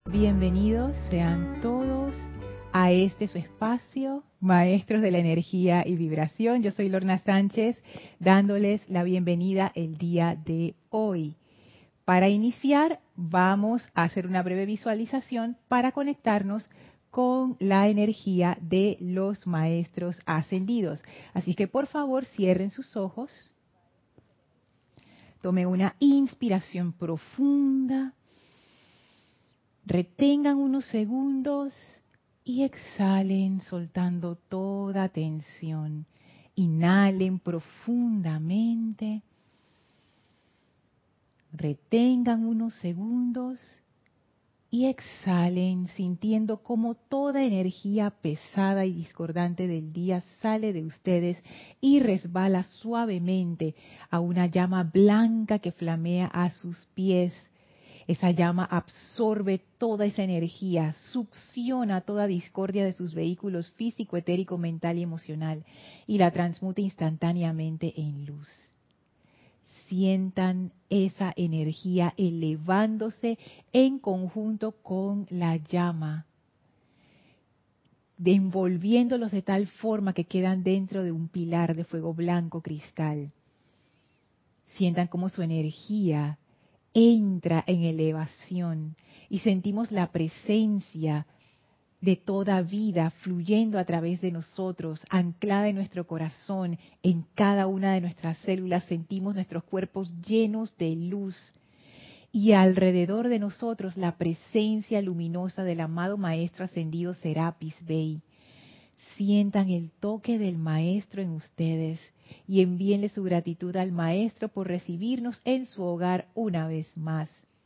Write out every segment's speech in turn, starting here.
Bienvenidos sean todos a este su espacio, Maestros de la Energía y Vibración. Yo soy Lorna Sánchez, dándoles la bienvenida el día de hoy. Para iniciar, vamos a hacer una breve visualización para conectarnos con la energía de los Maestros Ascendidos. Así que por favor cierren sus ojos, tomen una inspiración profunda, retengan unos segundos y exhalen soltando toda tensión. Inhalen profundamente, retengan unos segundos y exhalen sintiendo cómo toda energía pesada y discordante del día sale de ustedes y resbala suavemente a una llama blanca que flamea a sus pies. Esa llama absorbe toda esa energía, succiona toda discordia de sus vehículos físico, etérico, mental y emocional y la transmuta instantáneamente en luz. Sientan esa energía elevándose en conjunto con la llama, envolviéndolos de tal forma que quedan dentro de un pilar de fuego blanco cristal. Sientan cómo su energía entra en elevación y sentimos la presencia de toda vida fluyendo a través de nosotros, anclada en nuestro corazón, en cada una de nuestras células. Sentimos nuestros cuerpos llenos de luz y alrededor de nosotros la presencia luminosa del amado Maestro Ascendido Serapis Bey. Sientan el toque del Maestro en ustedes y envíenle su gratitud al Maestro por recibirnos en su hogar una vez más.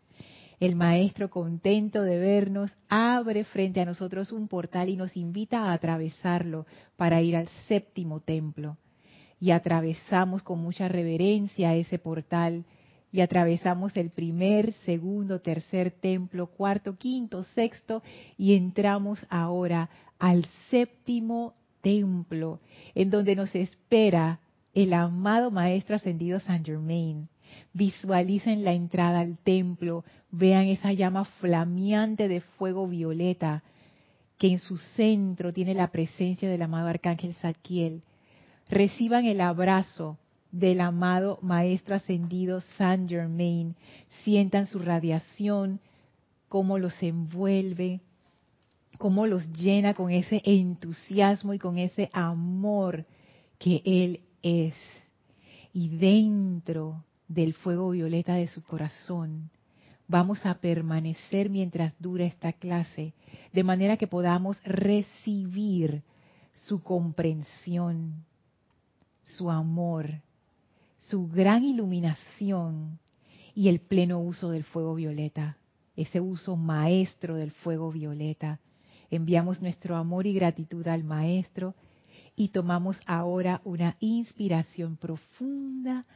El Maestro, contento de vernos, abre frente a nosotros un portal y nos invita a atravesarlo para ir al séptimo templo. Y atravesamos con mucha reverencia ese portal y atravesamos el primer, segundo, tercer templo, cuarto, quinto, sexto y entramos ahora al séptimo templo, en donde nos espera el amado Maestro Ascendido Saint Germain. Visualicen la entrada al templo, vean esa llama flameante de fuego violeta que en su centro tiene la presencia del amado Arcángel Zadkiel. Reciban el abrazo del amado Maestro Ascendido Saint Germain, sientan su radiación, cómo los envuelve, cómo los llena con ese entusiasmo y con ese amor que Él es. Y dentro del fuego violeta de su corazón vamos a permanecer mientras dura esta clase, de manera que podamos recibir su comprensión, su amor, su gran iluminación y el pleno uso del fuego violeta, ese uso maestro del fuego violeta. Enviamos nuestro amor y gratitud al Maestro y tomamos ahora una inspiración profunda.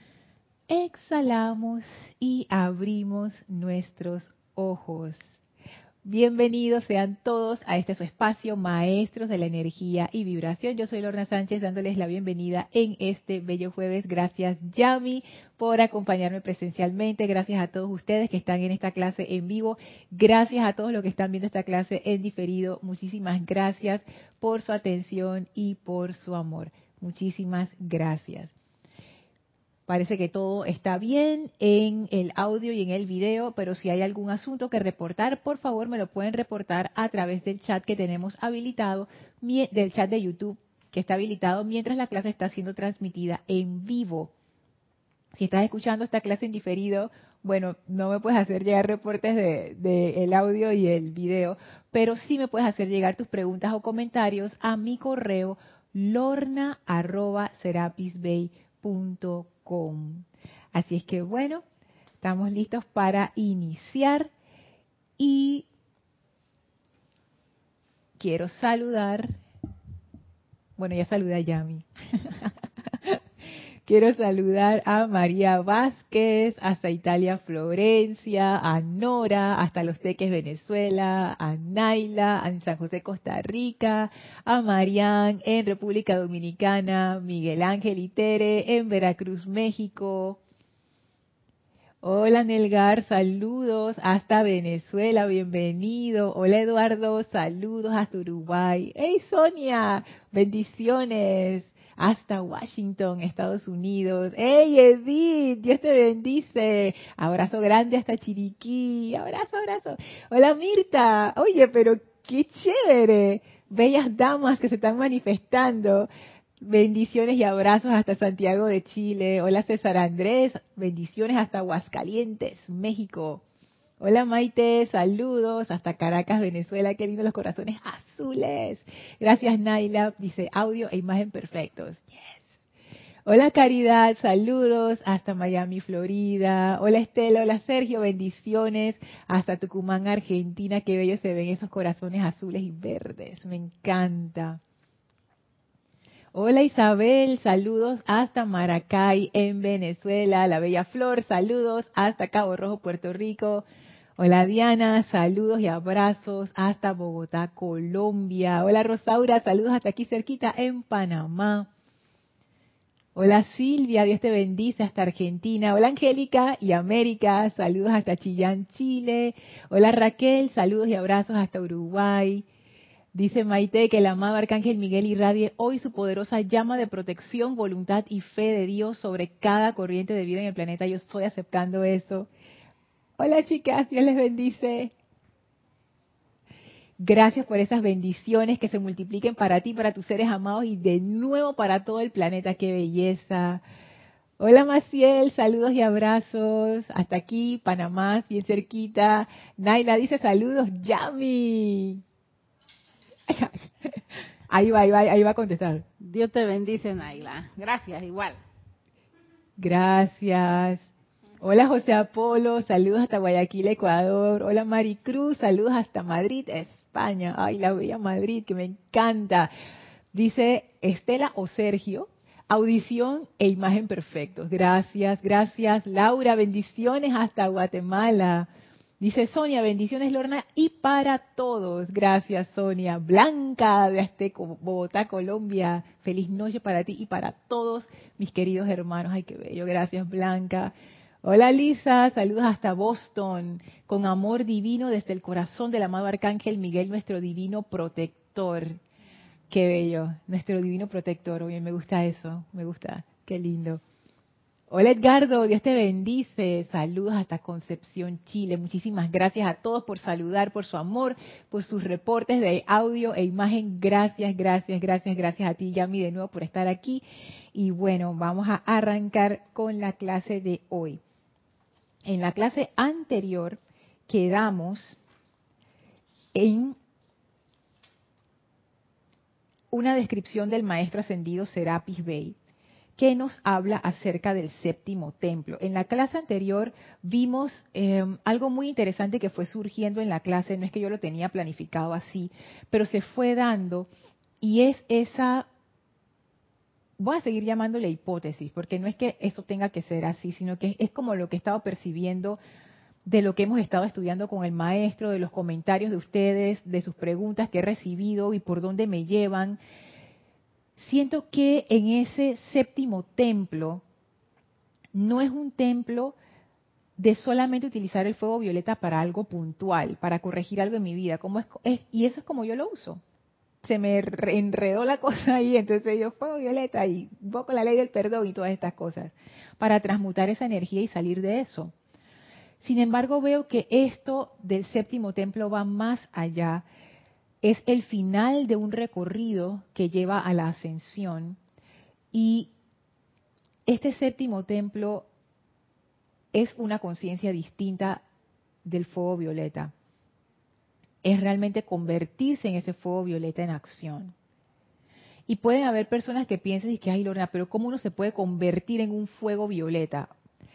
Exhalamos y abrimos nuestros ojos. Bienvenidos sean todos a este su espacio, Maestros de la Energía y Vibración. Yo soy Lorna Sánchez dándoles la bienvenida en este bello jueves. Gracias, Yami, por acompañarme presencialmente. Gracias a todos ustedes que están en esta clase en vivo. Gracias a todos los que están viendo esta clase en diferido. Muchísimas gracias por su atención y por su amor. Muchísimas gracias. Parece que todo está bien en el audio y en el video, pero si hay algún asunto que reportar, por favor me lo pueden reportar a través del chat que tenemos habilitado, del chat de YouTube que está habilitado mientras la clase está siendo transmitida en vivo. Si estás escuchando esta clase en diferido, bueno, no me puedes hacer llegar reportes de el audio y el video, pero sí me puedes hacer llegar tus preguntas o comentarios a mi correo lorna@serapisbay.com. Así es que bueno, estamos listos para iniciar y quiero saludar, bueno, ya saludé a Yami. Quiero saludar a María Vázquez, hasta Italia, Florencia, a Nora, hasta Los Teques, Venezuela, a Naila, en San José, Costa Rica, a Marián en República Dominicana, Miguel Ángel y Tere en Veracruz, México. Hola Nelgar, saludos hasta Venezuela, bienvenido. Hola Eduardo, saludos hasta Uruguay. Hey Sonia, bendiciones hasta Washington, Estados Unidos. Hey Edith, Dios te bendice. Abrazo grande hasta Chiriquí, abrazo, abrazo. Hola Mirta, oye, pero qué chévere. Bellas damas que se están manifestando. Bendiciones y abrazos hasta Santiago de Chile. Hola César Andrés, bendiciones hasta Aguascalientes, México. Hola Maite, saludos hasta Caracas, Venezuela. Qué lindos los corazones azules. Gracias Naila, dice audio e imagen perfectos. Yes. Hola Caridad, saludos hasta Miami, Florida. Hola Estela, hola Sergio, bendiciones hasta Tucumán, Argentina. Qué bello se ven esos corazones azules y verdes. Me encanta. Hola Isabel, saludos hasta Maracay en Venezuela. La Bella Flor, saludos hasta Cabo Rojo, Puerto Rico. Hola Diana, saludos y abrazos hasta Bogotá, Colombia. Hola Rosaura, saludos hasta aquí cerquita en Panamá. Hola Silvia, Dios te bendice hasta Argentina. Hola Angélica y América, saludos hasta Chillán, Chile. Hola Raquel, saludos y abrazos hasta Uruguay. Dice Maite que el amado Arcángel Miguel irradie hoy su poderosa llama de protección, voluntad y fe de Dios sobre cada corriente de vida en el planeta. Yo estoy aceptando eso. Hola chicas, Dios les bendice. Gracias por esas bendiciones que se multipliquen para ti, para tus seres amados y de nuevo para todo el planeta. ¡Qué belleza! Hola Maciel, saludos y abrazos. Hasta aquí, Panamá, bien cerquita. Naila dice saludos, Yami. Ahí va a contestar. Dios te bendice, Naila. Gracias, igual. Gracias. Hola José Apolo, saludos hasta Guayaquil, Ecuador. Hola Maricruz, saludos hasta Madrid, España. Ay, la bella Madrid, que me encanta. Dice Estela o Sergio, audición e imagen perfectos. Gracias, gracias. Laura, bendiciones hasta Guatemala. Dice Sonia, bendiciones Lorna y para todos. Gracias Sonia. Blanca de Azteco, Bogotá, Colombia. Feliz noche para ti y para todos mis queridos hermanos. Ay, qué bello. Gracias Blanca. Hola Lisa, saludos hasta Boston. Con amor divino desde el corazón del amado Arcángel Miguel, nuestro divino protector. Qué bello, nuestro divino protector. Oye, me gusta eso, me gusta. Qué lindo. Hola Edgardo, Dios te bendice. Saludos hasta Concepción, Chile. Muchísimas gracias a todos por saludar, por su amor, por sus reportes de audio e imagen. Gracias, gracias, gracias, gracias a ti, Yami, de nuevo por estar aquí. Y bueno, vamos a arrancar con la clase de hoy. En la clase anterior quedamos en una descripción del maestro ascendido Serapis Bey, que nos habla acerca del séptimo templo. En la clase anterior vimos algo muy interesante que fue surgiendo en la clase, no es que yo lo tenía planificado así, pero se fue dando y es esa, voy a seguir llamándole hipótesis, porque no es que eso tenga que ser así, sino que es como lo que he estado percibiendo de lo que hemos estado estudiando con el maestro, de los comentarios de ustedes, de sus preguntas que he recibido y por dónde me llevan. Siento que en ese séptimo templo no es un templo de solamente utilizar el fuego violeta para algo puntual, para corregir algo en mi vida, como y eso es como yo lo uso. Se me enredó la cosa ahí, entonces yo fuego violeta y invoco la ley del perdón y todas estas cosas, para transmutar esa energía y salir de eso. Sin embargo, veo que esto del séptimo templo va más allá. Es el final de un recorrido que lleva a la ascensión. Y este séptimo templo es una conciencia distinta del fuego violeta. Es realmente convertirse en ese fuego violeta en acción. Y pueden haber personas que piensen que, ay Lorna, pero ¿cómo uno se puede convertir en un fuego violeta?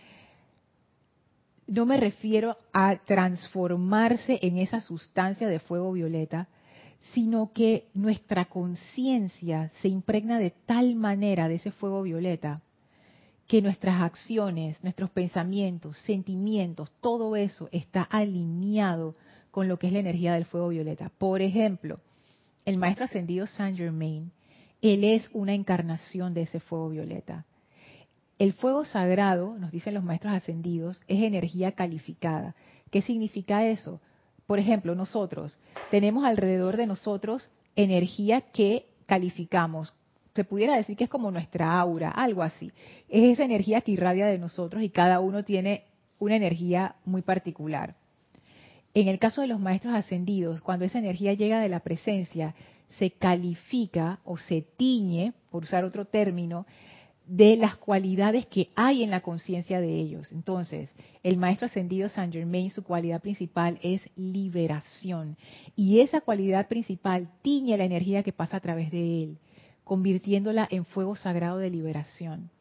No me refiero a transformarse en esa sustancia de fuego violeta, sino que nuestra conciencia se impregna de tal manera de ese fuego violeta que nuestras acciones, nuestros pensamientos, sentimientos, todo eso está alineado con lo que es la energía del fuego violeta. Por ejemplo, el maestro ascendido Saint Germain, él es una encarnación de ese fuego violeta. El fuego sagrado, nos dicen los maestros ascendidos, es energía calificada. ¿Qué significa eso? Por ejemplo, nosotros tenemos alrededor de nosotros energía que calificamos. Se pudiera decir que es como nuestra aura, algo así. Es esa energía que irradia de nosotros y cada uno tiene una energía muy particular. En el caso de los maestros ascendidos, cuando esa energía llega de la presencia, se califica o se tiñe, por usar otro término, de las cualidades que hay en la conciencia de ellos. Entonces, el maestro ascendido Saint Germain, su cualidad principal es liberación. Y esa cualidad principal tiñe la energía que pasa a través de él, convirtiéndola en fuego sagrado de liberación.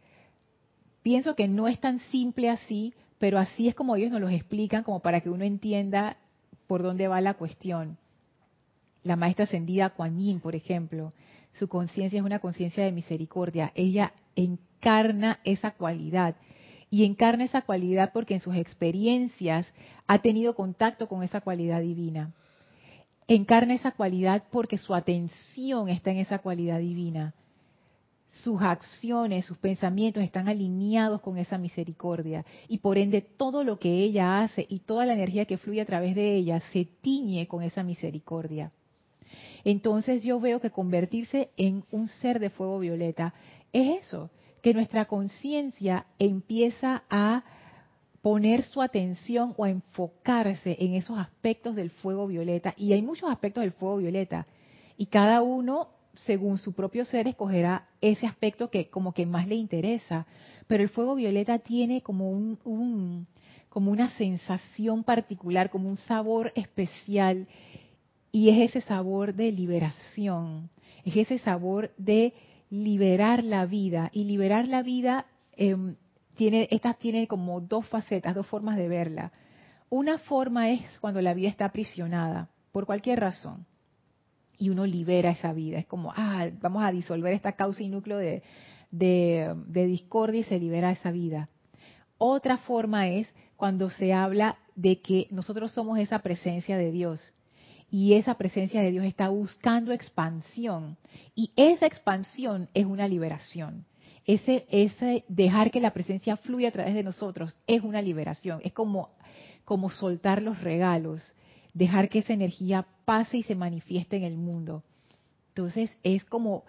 Pienso que no es tan simple así, pero así es como ellos nos lo explican, como para que uno entienda por dónde va la cuestión. La maestra ascendida Kuan Yin, por ejemplo, su conciencia es una conciencia de misericordia. Ella encarna esa cualidad. Y encarna esa cualidad porque en sus experiencias ha tenido contacto con esa cualidad divina. Encarna esa cualidad porque su atención está en esa cualidad divina. Sus acciones, sus pensamientos están alineados con esa misericordia. Y por ende todo lo que ella hace y toda la energía que fluye a través de ella se tiñe con esa misericordia. Entonces yo veo que convertirse en un ser de fuego violeta es eso, que nuestra conciencia empieza a poner su atención o a enfocarse en esos aspectos del fuego violeta. Y hay muchos aspectos del fuego violeta. Y cada uno, según su propio ser, escogerá ese aspecto que como que más le interesa. Pero el fuego violeta tiene como como una sensación particular, como un sabor especial. Y es ese sabor de liberación, es ese sabor de liberar la vida. Y liberar la vida tiene como dos facetas, dos formas de verla. Una forma es cuando la vida está aprisionada, por cualquier razón, y uno libera esa vida. Es como, vamos a disolver esta causa y núcleo de discordia y se libera esa vida. Otra forma es cuando se habla de que nosotros somos esa presencia de Dios. Y esa presencia de Dios está buscando expansión. Y esa expansión es una liberación. Ese dejar que la presencia fluya a través de nosotros es una liberación. Es como soltar los regalos. Dejar que esa energía pase y se manifieste en el mundo. Entonces es como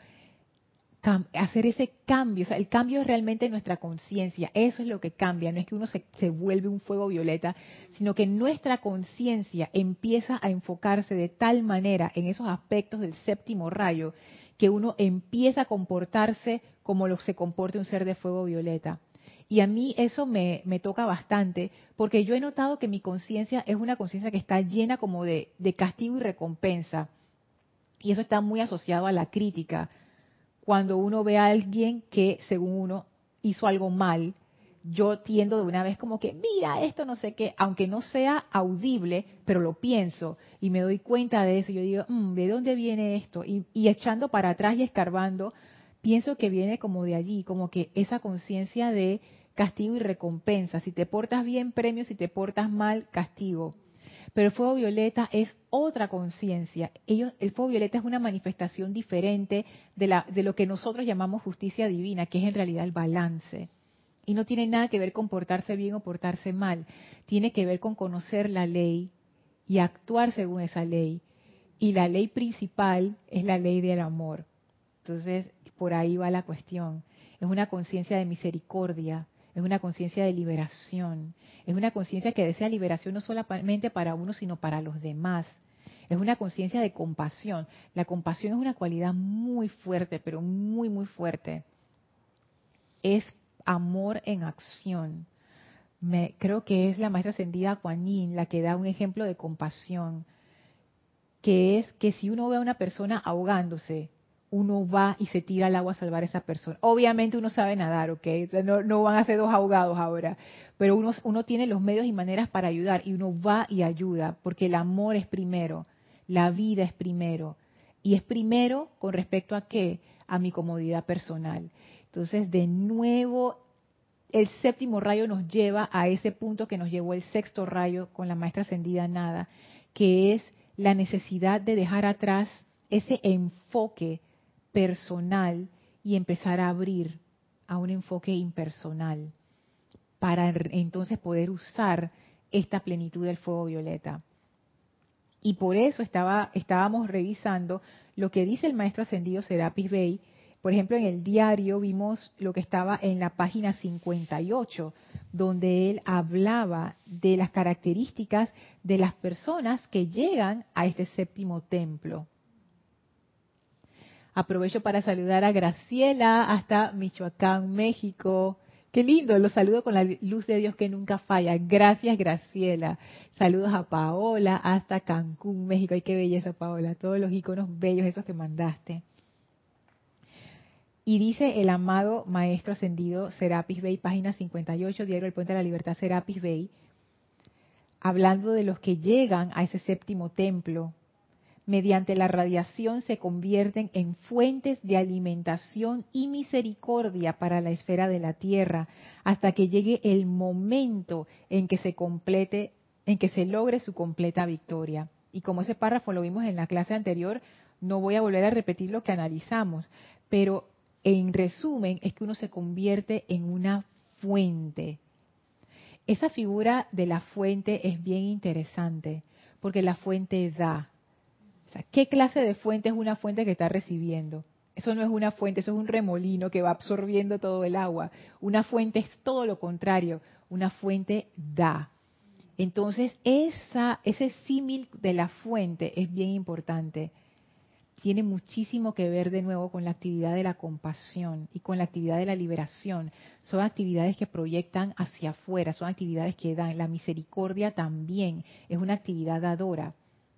hacer ese cambio. O sea, el cambio es realmente nuestra conciencia. Eso es lo que cambia. No es que uno se vuelve un fuego violeta, sino que nuestra conciencia empieza a enfocarse de tal manera en esos aspectos del séptimo rayo que uno empieza a comportarse como lo se comporta un ser de fuego violeta. Y a mí eso me toca bastante, porque yo he notado que mi conciencia es una conciencia que está llena como de castigo y recompensa. Y eso está muy asociado a la crítica. Cuando uno ve a alguien que, según uno, hizo algo mal, yo tiendo de una vez como que, mira, esto no sé qué, aunque no sea audible, pero lo pienso y me doy cuenta de eso. Yo digo, ¿de dónde viene esto? Y echando para atrás y escarbando, pienso que viene como de allí, como que esa conciencia de castigo y recompensa. Si te portas bien, premio; si te portas mal, castigo. Pero el fuego violeta es otra conciencia. El fuego violeta es una manifestación diferente de lo que nosotros llamamos justicia divina, que es en realidad el balance. Y no tiene nada que ver con portarse bien o portarse mal. Tiene que ver con conocer la ley y actuar según esa ley. Y la ley principal es la ley del amor. Entonces, por ahí va la cuestión. Es una conciencia de misericordia, es una conciencia de liberación, es una conciencia que desea liberación no solamente para uno, sino para los demás. Es una conciencia de compasión. La compasión es una cualidad muy fuerte, pero muy, muy fuerte. Es amor en acción. Creo que es la maestra ascendida Kuan Yin la que da un ejemplo de compasión, que es que si uno ve a una persona ahogándose, uno va y se tira al agua a salvar a esa persona. Obviamente uno sabe nadar, ¿ok? No van a ser dos ahogados ahora, pero uno tiene los medios y maneras para ayudar y uno va y ayuda, porque el amor es primero, la vida es primero. Y es primero con respecto a qué? A mi comodidad personal. Entonces, de nuevo, el séptimo rayo nos lleva a ese punto que nos llevó el sexto rayo con la maestra ascendida Nada, que es la necesidad de dejar atrás ese enfoque personal y empezar a abrir a un enfoque impersonal para entonces poder usar esta plenitud del fuego violeta. Y por eso estábamos revisando lo que dice el maestro ascendido Serapis Bey. Por ejemplo, en el diario vimos lo que estaba en la página 58, donde él hablaba de las características de las personas que llegan a este séptimo templo. Aprovecho para saludar a Graciela hasta Michoacán, México. Qué lindo, los saludo con la luz de Dios que nunca falla. Gracias, Graciela. Saludos a Paola hasta Cancún, México. Ay, qué belleza, Paola. Todos los iconos bellos esos que mandaste. Y dice el amado Maestro Ascendido Serapis Bey, página 58, Diario del Puente de la Libertad, Serapis Bey, hablando de los que llegan a ese séptimo templo, mediante la radiación se convierten en fuentes de alimentación y misericordia para la esfera de la Tierra, hasta que llegue el momento en que se logre su completa victoria. Y como ese párrafo lo vimos en la clase anterior, no voy a volver a repetir lo que analizamos, pero en resumen es que uno se convierte en una fuente. Esa figura de la fuente es bien interesante, porque la fuente da. O sea, ¿qué clase de fuente es una fuente que está recibiendo? Eso no es una fuente, eso es un remolino que va absorbiendo todo el agua. Una fuente es todo lo contrario, una fuente da. Entonces, ese símil de la fuente es bien importante. Tiene muchísimo que ver de nuevo con la actividad de la compasión y con la actividad de la liberación. Son actividades que proyectan hacia afuera, son actividades que dan. La misericordia también es una actividad dadora.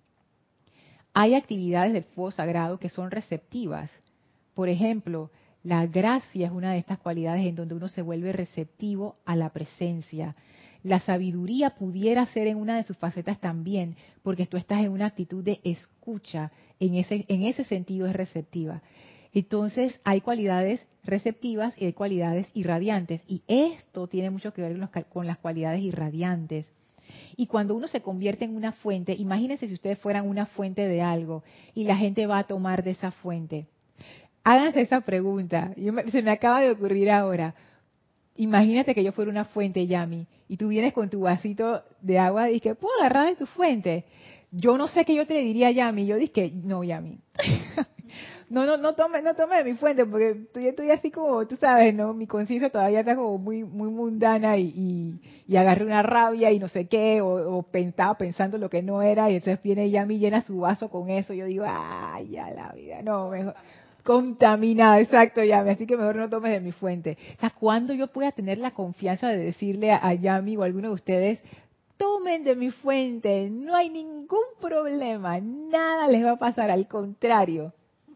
Hay actividades del fuego sagrado que son receptivas. Por ejemplo, la gracia es una de estas cualidades en donde uno se vuelve receptivo a la presencia. La sabiduría pudiera ser en una de sus facetas también, porque tú estás en una actitud de escucha, en ese sentido es receptiva. Entonces hay cualidades receptivas y hay cualidades irradiantes, y esto tiene mucho que ver con las cualidades irradiantes. Y cuando uno se convierte en una fuente, imagínense si ustedes fueran una fuente de algo y la gente va a tomar de esa fuente. Háganse esa pregunta. Se me acaba de ocurrir ahora. Imagínate que yo fuera una fuente, Yami, y tú vienes con tu vasito de agua y dices, ¿puedo agarrar de tu fuente? Yo no sé qué yo te diría a Yami. Yo dije, no, Yami. No tome de mi fuente, porque yo estoy así como, tú sabes, ¿no? Mi conciencia todavía está como muy mundana y agarré una rabia y no sé qué, o estaba pensando lo que no era, y entonces viene Yami y llena su vaso con eso. Yo digo, ay, ya la vida, no, mejor. Contaminada, exacto, Yami, así que mejor no tomes de mi fuente. O sea, ¿cuándo yo pueda tener la confianza de decirle a Yami o a alguno de ustedes, tomen de mi fuente, no hay ningún problema, nada les va a pasar, al contrario?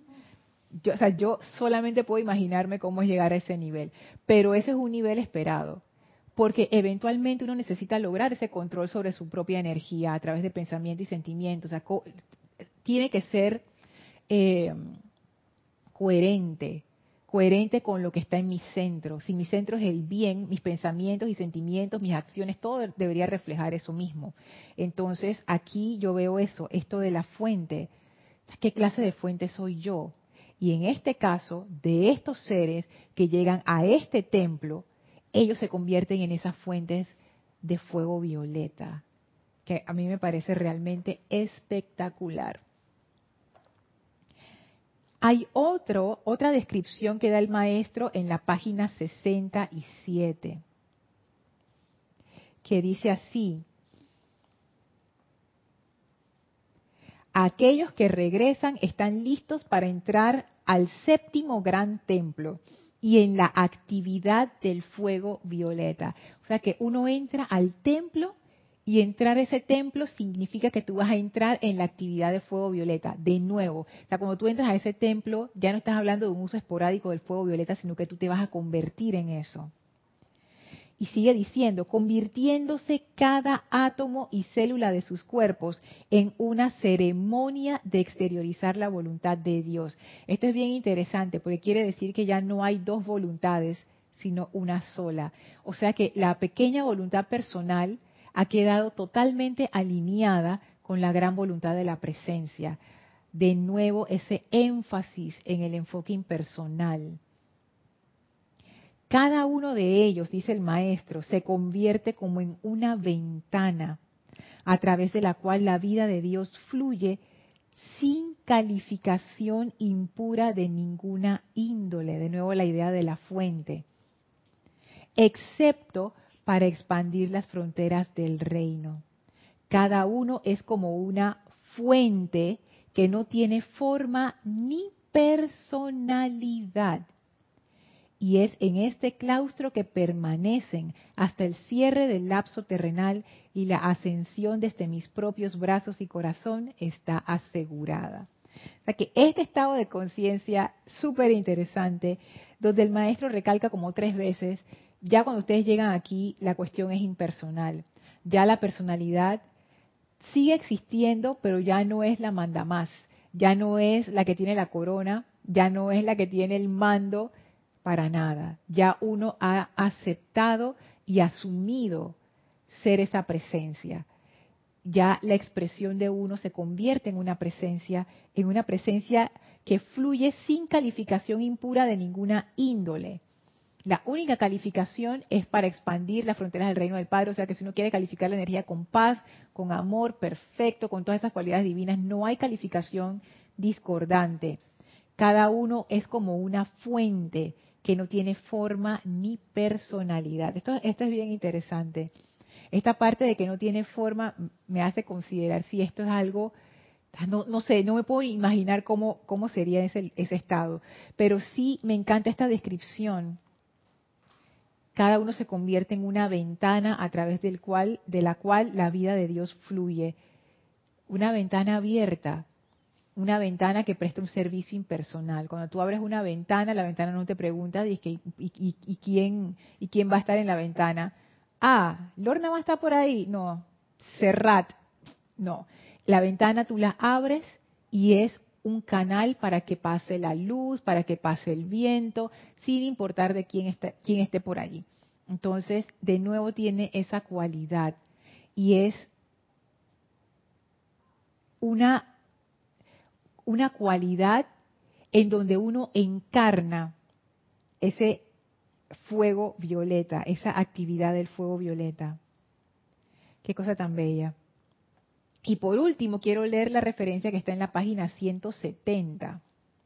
Yo solamente puedo imaginarme cómo es llegar a ese nivel, pero ese es un nivel esperado, porque eventualmente uno necesita lograr ese control sobre su propia energía a través de pensamiento y sentimiento. O sea, tiene que ser coherente con lo que está en mi centro. Si mi centro es el bien, mis pensamientos y sentimientos, mis acciones, todo debería reflejar eso mismo. Entonces, aquí yo veo esto de la fuente. ¿Qué clase de fuente soy yo? Y en este caso, de estos seres que llegan a este templo, ellos se convierten en esas fuentes de fuego violeta, que a mí me parece realmente espectacular. Hay otra descripción que da el maestro en la página 67, que dice así: aquellos que regresan están listos para entrar al séptimo gran templo y en la actividad del fuego violeta. O sea que uno entra al templo y entrar a ese templo significa que tú vas a entrar en la actividad de fuego violeta. De nuevo, o sea, cuando tú entras a ese templo ya no estás hablando de un uso esporádico del fuego violeta, sino que tú te vas a convertir en eso. Y sigue diciendo, convirtiéndose cada átomo y célula de sus cuerpos en una ceremonia de exteriorizar la voluntad de Dios. Esto es bien interesante porque quiere decir que ya no hay dos voluntades, sino una sola. O sea que la pequeña voluntad personal ha quedado totalmente alineada con la gran voluntad de la presencia. De nuevo, ese énfasis en el enfoque impersonal. Cada uno de ellos, dice el maestro, se convierte como en una ventana a través de la cual la vida de Dios fluye sin calificación impura de ninguna índole. De nuevo la idea de la fuente. Excepto para expandir las fronteras del reino. Cada uno es como una fuente que no tiene forma ni personalidad. Y es en este claustro que permanecen hasta el cierre del lapso terrenal y la ascensión desde mis propios brazos y corazón está asegurada. O sea que este estado de conciencia súper interesante, donde el maestro recalca como 3 veces, ya cuando ustedes llegan aquí, la cuestión es impersonal. Ya la personalidad sigue existiendo, pero ya no es la mandamás, ya no es la que tiene la corona, ya no es la que tiene el mando, para nada. Ya uno ha aceptado y asumido ser esa presencia. Ya la expresión de uno se convierte en una presencia que fluye sin calificación impura de ninguna índole. La única calificación es para expandir las fronteras del reino del Padre, o sea que si uno quiere calificar la energía con paz, con amor perfecto, con todas esas cualidades divinas, no hay calificación discordante. Cada uno es como una fuente que no tiene forma ni personalidad. Esto es bien interesante. Esta parte de que no tiene forma me hace considerar si esto es algo, no sé, no me puedo imaginar cómo sería ese estado, pero sí me encanta esta descripción. Cada uno se convierte en una ventana a través de la cual la vida de Dios fluye. Una ventana abierta, una ventana que presta un servicio impersonal. Cuando tú abres una ventana, la ventana no te pregunta ¿y quién va a estar en la ventana? Ah, Lorna va a estar por ahí. No, Serrat. No, la ventana tú la abres y es un canal para que pase la luz, para que pase el viento, sin importar de quién esté por allí. Entonces, de nuevo tiene esa cualidad y es una cualidad en donde uno encarna ese fuego violeta, esa actividad del fuego violeta. Qué cosa tan bella. Y por último, quiero leer la referencia que está en la página 170,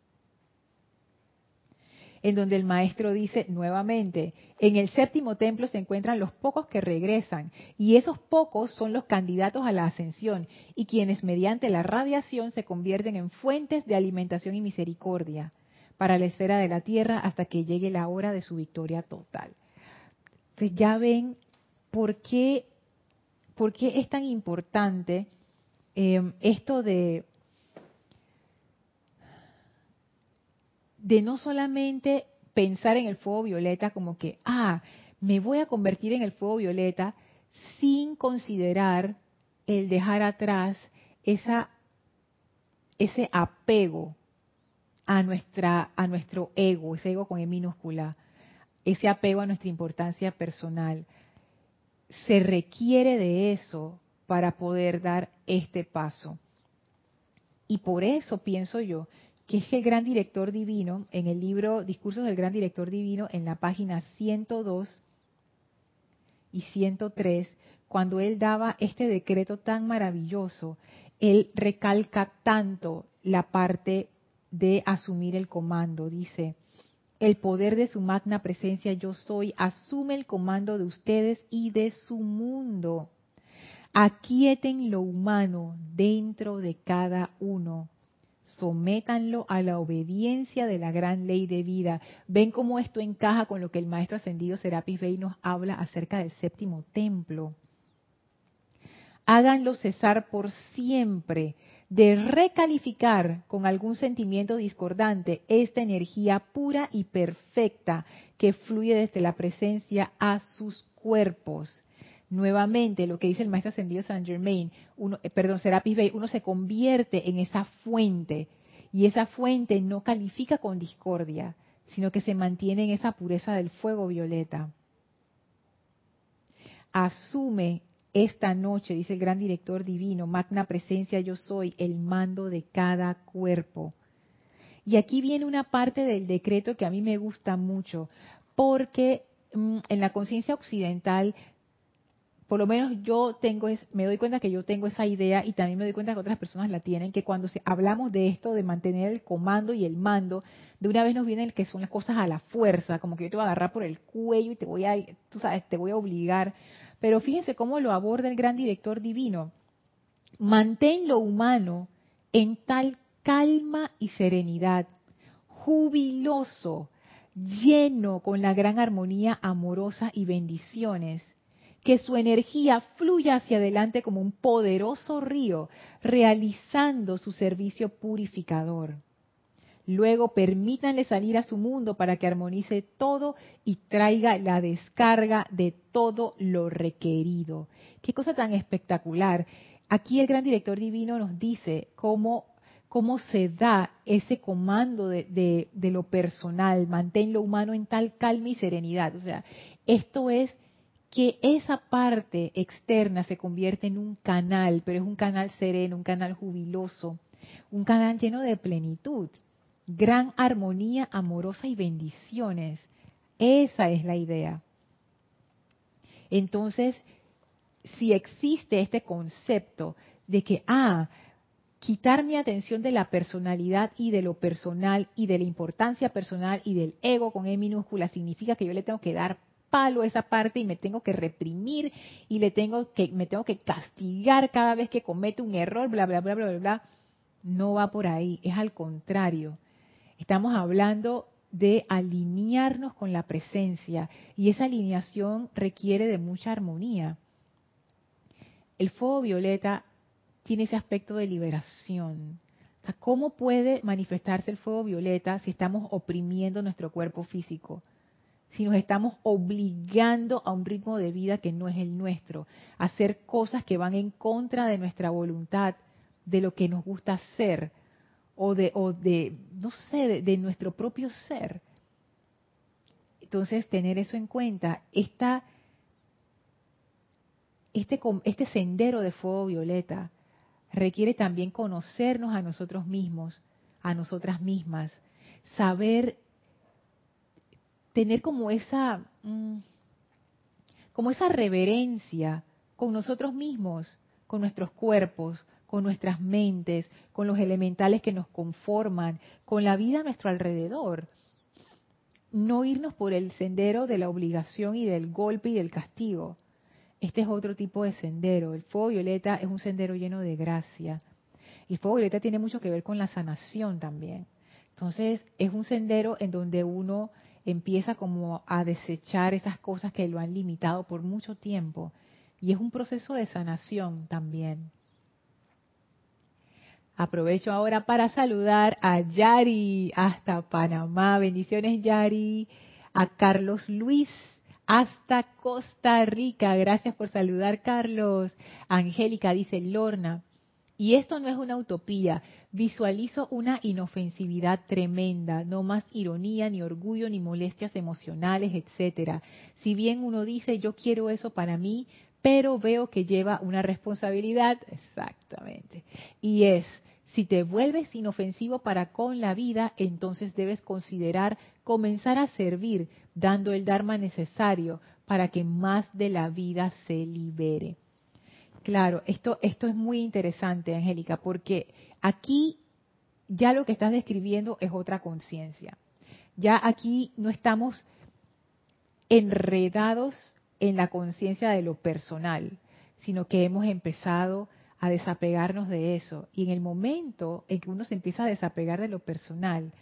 en donde el maestro dice nuevamente, en el séptimo templo se encuentran los pocos que regresan, y esos pocos son los candidatos a la ascensión, y quienes mediante la radiación se convierten en fuentes de alimentación y misericordia para la esfera de la tierra hasta que llegue la hora de su victoria total. Entonces ya ven por qué es tan importante esto de no solamente pensar en el fuego violeta como que, me voy a convertir en el fuego violeta sin considerar el dejar atrás ese apego a nuestro ego, ese ego con E minúscula, ese apego a nuestra importancia personal. Se requiere de eso para poder dar este paso. Y por eso pienso yo que es el gran director divino, en el libro Discursos del Gran Director Divino, en la página 102 y 103, cuando él daba este decreto tan maravilloso, él recalca tanto la parte de asumir el comando. Dice, el poder de su magna presencia yo soy asume el comando de ustedes y de su mundo. Aquieten lo humano dentro de cada uno. Sométanlo a la obediencia de la gran ley de vida. ¿Ven cómo esto encaja con lo que el Maestro Ascendido Serapis Bey nos habla acerca del séptimo templo? Háganlo cesar por siempre de recalificar con algún sentimiento discordante esta energía pura y perfecta que fluye desde la presencia a sus cuerpos. Nuevamente, lo que dice el Maestro Ascendido Saint Germain, Serapis Bey, uno se convierte en esa fuente y esa fuente no califica con discordia, sino que se mantiene en esa pureza del fuego violeta. Asume esta noche, dice el gran director divino, magna presencia yo soy, el mando de cada cuerpo. Y aquí viene una parte del decreto que a mí me gusta mucho, porque en la conciencia occidental, por lo menos me doy cuenta que yo tengo esa idea y también me doy cuenta que otras personas la tienen, que cuando hablamos de esto, de mantener el comando y el mando, de una vez nos viene el que son las cosas a la fuerza, como que yo te voy a agarrar por el cuello y tú sabes, te voy a obligar. Pero fíjense cómo lo aborda el gran director divino. Mantén lo humano en tal calma y serenidad, jubiloso, lleno con la gran armonía amorosa y bendiciones, que su energía fluya hacia adelante como un poderoso río, realizando su servicio purificador. Luego permítanle salir a su mundo para que armonice todo y traiga la descarga de todo lo requerido. Qué cosa tan espectacular. Aquí el gran director divino nos dice cómo se da ese comando de lo personal, mantén lo humano en tal calma y serenidad. O sea, esto es que esa parte externa se convierte en un canal, pero es un canal sereno, un canal jubiloso, un canal lleno de plenitud, gran armonía amorosa y bendiciones. Esa es la idea. Entonces, si existe este concepto de que, quitar mi atención de la personalidad y de lo personal y de la importancia personal y del ego con E minúscula, significa que yo le tengo que dar palo a esa parte y me tengo que reprimir y me tengo que castigar cada vez que comete un error, bla, bla, bla, bla, bla, bla. No va por ahí, es al contrario. Estamos hablando de alinearnos con la presencia y esa alineación requiere de mucha armonía. El fuego violeta tiene ese aspecto de liberación. O sea, ¿cómo puede manifestarse el fuego violeta si estamos oprimiendo nuestro cuerpo físico? Si nos estamos obligando a un ritmo de vida que no es el nuestro, a hacer cosas que van en contra de nuestra voluntad, de lo que nos gusta hacer, o de no sé, de nuestro propio ser. Entonces, tener eso en cuenta, este sendero de fuego violeta requiere también conocernos a nosotros mismos, a nosotras mismas, saber tener como esa reverencia con nosotros mismos, con nuestros cuerpos, con nuestras mentes, con los elementales que nos conforman, con la vida a nuestro alrededor. No irnos por el sendero de la obligación y del golpe y del castigo. Este es otro tipo de sendero. El fuego violeta es un sendero lleno de gracia. Y el fuego violeta tiene mucho que ver con la sanación también. Entonces, es un sendero en donde uno empieza como a desechar esas cosas que lo han limitado por mucho tiempo. Y es un proceso de sanación también. Aprovecho ahora para saludar a Yari hasta Panamá. Bendiciones, Yari. A Carlos Luis hasta Costa Rica. Gracias por saludar, Carlos. Angélica dice, Lorna, y esto no es una utopía. Visualizo una inofensividad tremenda, no más ironía, ni orgullo, ni molestias emocionales, etcétera. Si bien uno dice, yo quiero eso para mí, pero veo que lleva una responsabilidad, exactamente. Y es, si te vuelves inofensivo para con la vida, entonces debes considerar comenzar a servir, dando el dharma necesario para que más de la vida se libere. Claro, esto es muy interesante, Angélica, porque aquí ya lo que estás describiendo es otra conciencia. Ya aquí no estamos enredados en la conciencia de lo personal, sino que hemos empezado a desapegarnos de eso. Y en el momento en que uno se empieza a desapegar de lo personal,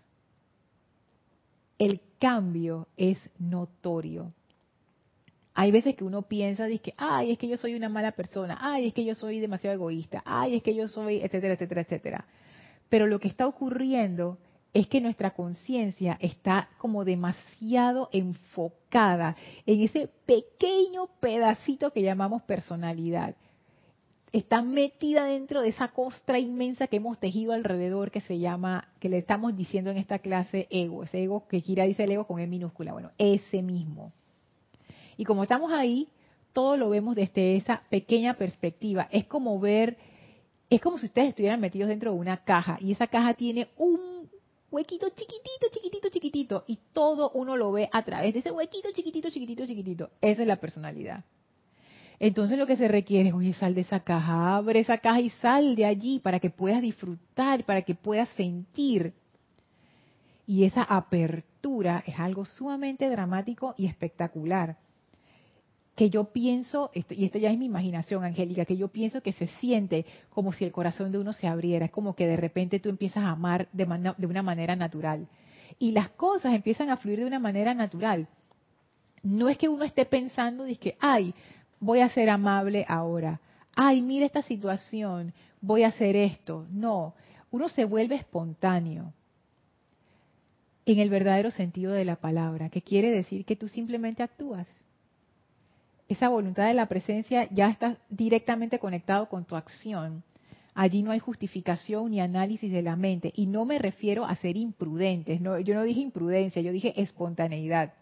el cambio es notorio. Hay veces que uno piensa, dice, ay, es que yo soy una mala persona, ay, es que yo soy demasiado egoísta, ay, es que yo soy, etcétera, etcétera, etcétera. Pero lo que está ocurriendo es que nuestra conciencia está como demasiado enfocada en ese pequeño pedacito que llamamos personalidad. Está metida dentro de esa costra inmensa que hemos tejido alrededor que se llama, que le estamos diciendo en esta clase ego, ese ego que Kira dice el ego con E minúscula, bueno, ese mismo. Y como estamos ahí, todo lo vemos desde esa pequeña perspectiva. Es como si ustedes estuvieran metidos dentro de una caja y esa caja tiene huequito chiquitito, chiquitito, chiquitito, y todo uno lo ve a través de ese huequito chiquitito, chiquitito, chiquitito. Esa es la personalidad. Entonces lo que se requiere es, oye, sal de esa caja, abre esa caja y sal de allí para que puedas disfrutar, para que puedas sentir. Y esa apertura es algo sumamente dramático y espectacular. Que yo pienso, y esto ya es mi imaginación, Angélica, que yo pienso que se siente como si el corazón de uno se abriera, es como que de repente tú empiezas a amar de una manera natural. Y las cosas empiezan a fluir de una manera natural. No es que uno esté pensando, dice, ay, voy a ser amable ahora. Ay, mira esta situación, voy a hacer esto. No, uno se vuelve espontáneo en el verdadero sentido de la palabra, que quiere decir que tú simplemente actúas. Esa voluntad de la presencia ya está directamente conectado con tu acción. Allí no hay justificación ni análisis de la mente. Y no me refiero a ser imprudentes. No, yo no dije imprudencia, yo dije espontaneidad.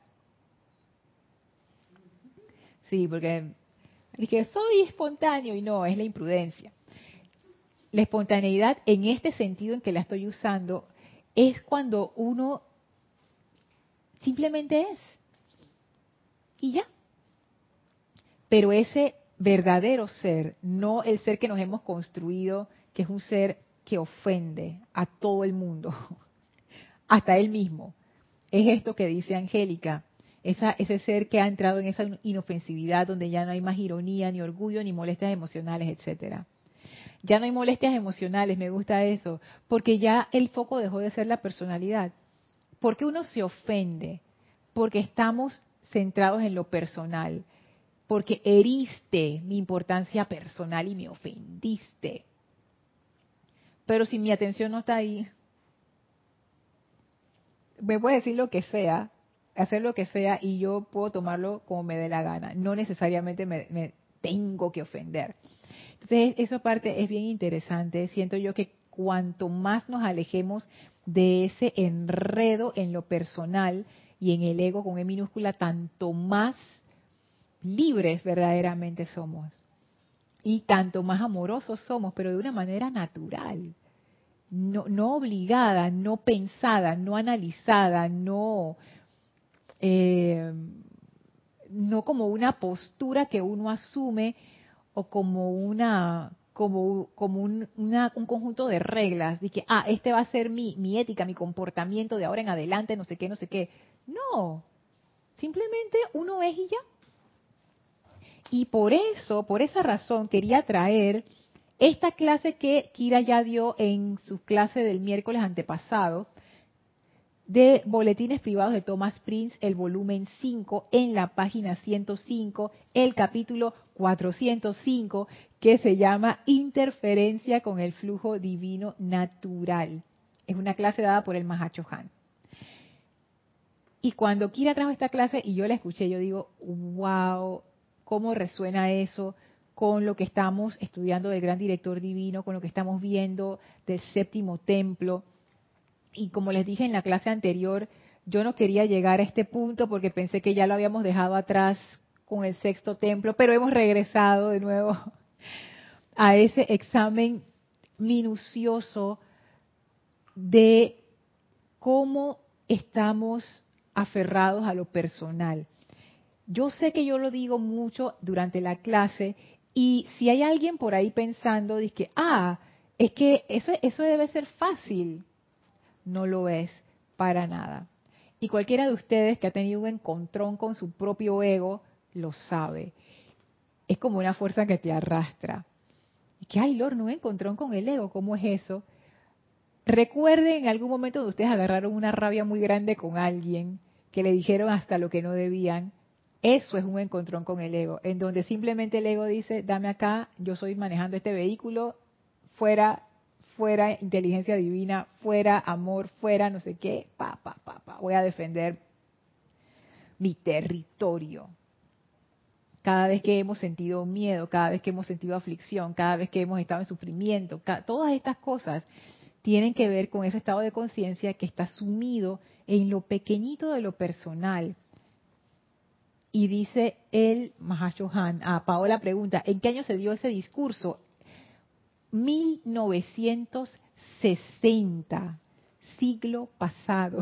Sí, porque dije, soy espontáneo y no, es la imprudencia. La espontaneidad en este sentido en que la estoy usando es cuando uno simplemente es. Y ya. Pero ese verdadero ser, no el ser que nos hemos construido, que es un ser que ofende a todo el mundo, hasta él mismo. Es esto que dice Angélica, ese ser que ha entrado en esa inofensividad donde ya no hay más ironía, ni orgullo, ni molestias emocionales, etcétera. Ya no hay molestias emocionales, me gusta eso, porque ya el foco dejó de ser la personalidad. ¿Por qué uno se ofende? Porque estamos centrados en lo personal. Porque heriste mi importancia personal y me ofendiste. Pero si mi atención no está ahí, me puedes decir lo que sea, hacer lo que sea y yo puedo tomarlo como me dé la gana. No necesariamente me tengo que ofender. Entonces, esa parte es bien interesante. Siento yo que cuanto más nos alejemos de ese enredo en lo personal y en el ego con E minúscula, tanto más libres verdaderamente somos. Y tanto más amorosos somos, pero de una manera natural. No, no obligada, no pensada, no analizada, eh, no como una postura que uno asume o como un conjunto de reglas de que este va a ser mi ética, mi comportamiento de ahora en adelante, no sé qué, no sé qué. No, simplemente uno es y ya. Y por eso, por esa razón, quería traer esta clase que Kira ya dio en su clase del miércoles antepasado, de Boletines Privados de Thomas Prince, el volumen 5, en la página 105, el capítulo 405, que se llama Interferencia con el flujo divino natural. Es una clase dada por el Mahacho Han. Y cuando Kira trajo esta clase y yo la escuché, yo digo, wow, cómo resuena eso con lo que estamos estudiando del gran director divino, con lo que estamos viendo del séptimo templo. Y como les dije en la clase anterior, yo no quería llegar a este punto porque pensé que ya lo habíamos dejado atrás con el sexto templo, pero hemos regresado de nuevo a ese examen minucioso de cómo estamos aferrados a lo personal. Yo sé que yo lo digo mucho durante la clase y si hay alguien por ahí pensando, dice, es que eso debe ser fácil. No lo es para nada. Y cualquiera de ustedes que ha tenido un encontrón con su propio ego lo sabe. Es como una fuerza que te arrastra. Y que, ay, Lord, no me encontrón con el ego, ¿cómo es eso? Recuerden en algún momento donde ustedes agarraron una rabia muy grande con alguien, que le dijeron hasta lo que no debían. Eso es un encontrón con el ego, en donde simplemente el ego dice, dame acá, yo soy manejando este vehículo, fuera inteligencia divina, fuera amor, fuera no sé qué, voy a defender mi territorio. Cada vez que hemos sentido miedo, cada vez que hemos sentido aflicción, cada vez que hemos estado en sufrimiento, todas estas cosas tienen que ver con ese estado de conciencia que está sumido en lo pequeñito de lo personal. Y dice el Mahashohan, Paola pregunta, ¿en qué año se dio ese discurso? 1960. siglo pasado.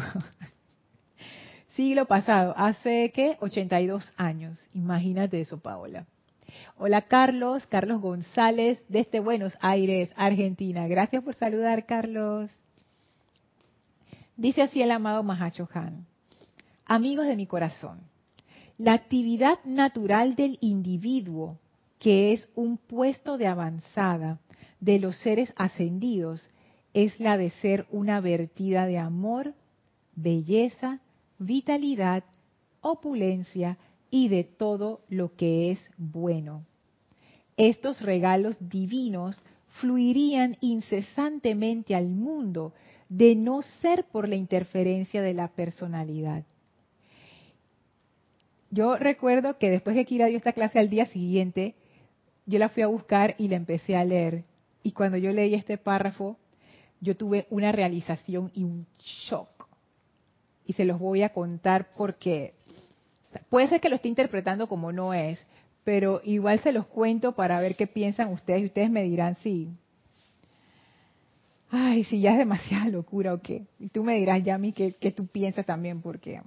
Siglo pasado, hace, ¿qué? 82 años. Imagínate eso, Paola. Hola Carlos, Carlos González, desde Buenos Aires, Argentina. Gracias por saludar, Carlos. Dice así el amado Mahacho Han. Amigos de mi corazón, la actividad natural del individuo, que es un puesto de avanzada de los seres ascendidos, es la de ser una vertida de amor, belleza, vitalidad, opulencia y de todo lo que es bueno. Estos regalos divinos fluirían incesantemente al mundo de no ser por la interferencia de la personalidad. Yo recuerdo que después que Kira dio esta clase al día siguiente, yo la fui a buscar y la empecé a leer. Y cuando yo leí este párrafo, yo tuve una realización y un shock. Y se los voy a contar porque puede ser que lo esté interpretando como no es, pero igual se los cuento para ver qué piensan ustedes y ustedes me dirán si, ay, si ya es demasiada locura o qué. Y tú me dirás, Yami, qué tú piensas también, porque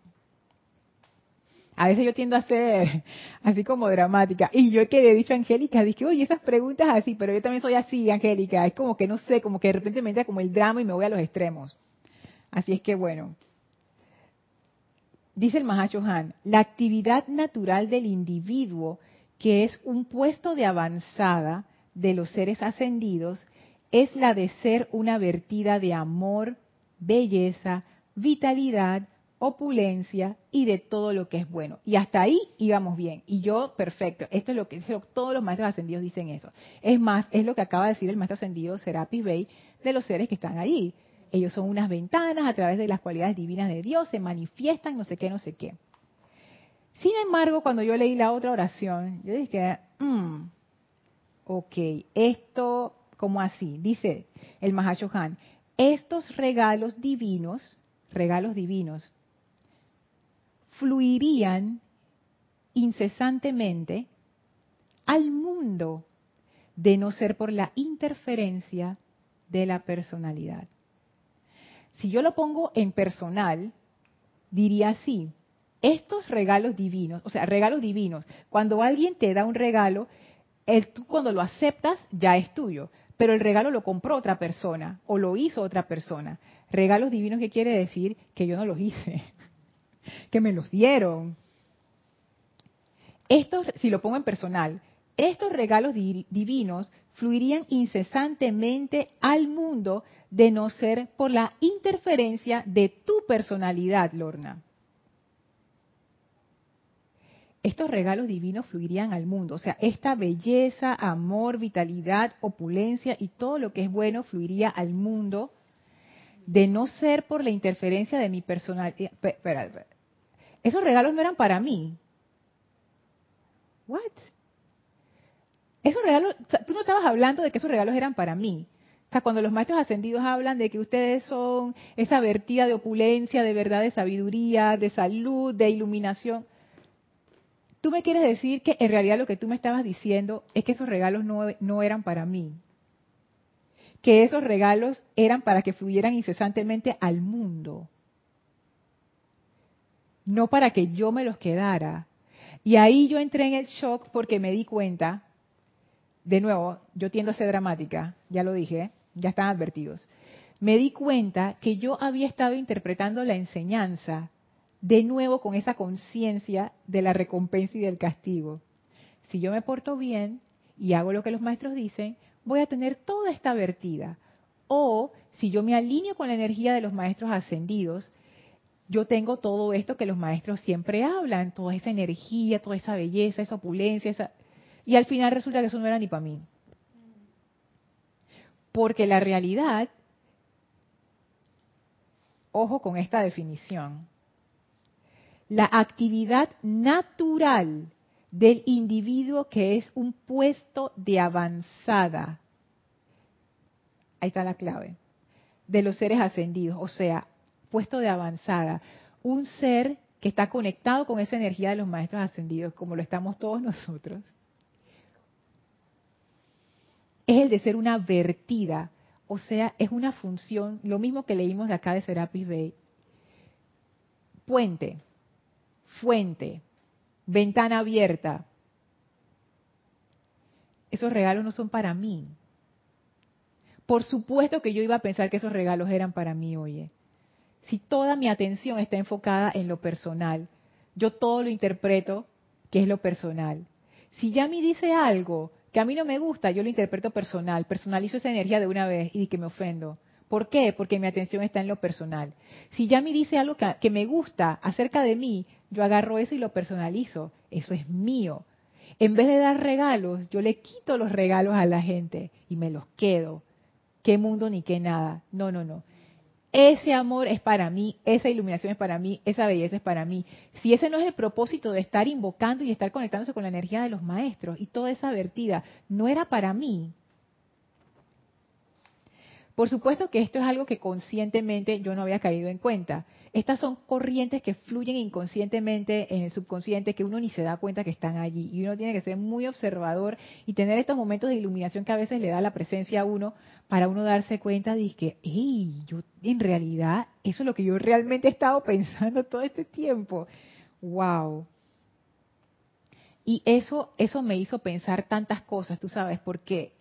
a veces yo tiendo a ser así como dramática. Y yo que le he dicho a Angélica, dije, oye, esas preguntas así, pero yo también soy así, Angélica. Es como que no sé, como que de repente me entra como el drama y me voy a los extremos. Así es que bueno. Dice el Mahacho Han, la actividad natural del individuo, que es un puesto de avanzada de los seres ascendidos, es la de ser una vertida de amor, belleza, vitalidad, opulencia y de todo lo que es bueno. Y hasta ahí íbamos bien. Y yo, perfecto. Esto es lo que todos los maestros ascendidos dicen eso. Es más, es lo que acaba de decir el maestro ascendido Serapis Bey de los seres que están ahí. Ellos son unas ventanas a través de las cualidades divinas de Dios, se manifiestan, no sé qué, no sé qué. Sin embargo, cuando yo leí la otra oración, yo dije, ok, esto, ¿cómo así? Dice el Mahashohan, estos regalos divinos, fluirían incesantemente al mundo de no ser por la interferencia de la personalidad. Si yo lo pongo en personal, diría así, estos regalos divinos, o sea, regalos divinos, cuando alguien te da un regalo, tú cuando lo aceptas ya es tuyo, pero el regalo lo compró otra persona o lo hizo otra persona. Regalos divinos, ¿qué quiere decir? Que yo no los hice, que me los dieron. Estos, si lo pongo en personal, estos regalos divinos fluirían incesantemente al mundo de no ser por la interferencia de tu personalidad, Lorna. Estos regalos divinos fluirían al mundo, o sea, esta belleza, amor, vitalidad, opulencia y todo lo que es bueno fluiría al mundo de no ser por la interferencia de mi personalidad. Espera. Esos regalos no eran para mí. What? Esos regalos, o sea, tú no estabas hablando de que esos regalos eran para mí. O sea, cuando los maestros ascendidos hablan de que ustedes son esa vertida de opulencia, de verdad, de sabiduría, de salud, de iluminación, tú me quieres decir que en realidad lo que tú me estabas diciendo es que esos regalos no eran para mí. Que esos regalos eran para que fluyeran incesantemente al mundo. No para que yo me los quedara. Y ahí yo entré en el shock porque me di cuenta, de nuevo, yo tiendo a ser dramática, ya lo dije, ya están advertidos. Me di cuenta que yo había estado interpretando la enseñanza de nuevo con esa conciencia de la recompensa y del castigo. Si yo me porto bien y hago lo que los maestros dicen, voy a tener toda esta vertida. O si yo me alineo con la energía de los maestros ascendidos, yo tengo todo esto que los maestros siempre hablan, toda esa energía, toda esa belleza, esa opulencia, y al final resulta que eso no era ni para mí. Porque la realidad, ojo con esta definición, la actividad natural del individuo que es un puesto de avanzada, ahí está la clave, de los seres ascendidos, o sea, puesto de avanzada, un ser que está conectado con esa energía de los maestros ascendidos, como lo estamos todos nosotros, es el de ser una vertida, O sea, es una función, lo mismo que leímos de acá de Serapis Bey. Puente, fuente, ventana abierta. Esos regalos no son para mí. Por supuesto que yo iba a pensar que esos regalos eran para mí, oye. Si toda mi atención está enfocada en lo personal, yo todo lo interpreto que es lo personal. Si Yami dice algo que a mí no me gusta, yo lo interpreto personal, personalizo esa energía de una vez y que me ofendo. ¿Por qué? Porque mi atención está en lo personal. Si Yami dice algo que me gusta acerca de mí, yo agarro eso y lo personalizo. Eso es mío. En vez de dar regalos, yo le quito los regalos a la gente y me los quedo. ¿Qué mundo ni qué nada? No, no, no. Ese amor es para mí, esa iluminación es para mí, esa belleza es para mí. Si ese no es el propósito de estar invocando y estar conectándose con la energía de los maestros y toda esa vertida, no era para mí. Por supuesto que esto es algo que conscientemente yo no había caído en cuenta. Estas son corrientes que fluyen inconscientemente en el subconsciente que uno ni se da cuenta que están allí. Y uno tiene que ser muy observador y tener estos momentos de iluminación que a veces le da la presencia a uno para uno darse cuenta de que, hey, yo en realidad, eso es lo que yo realmente he estado pensando todo este tiempo. ¡Wow! Y eso me hizo pensar tantas cosas, tú sabes, porque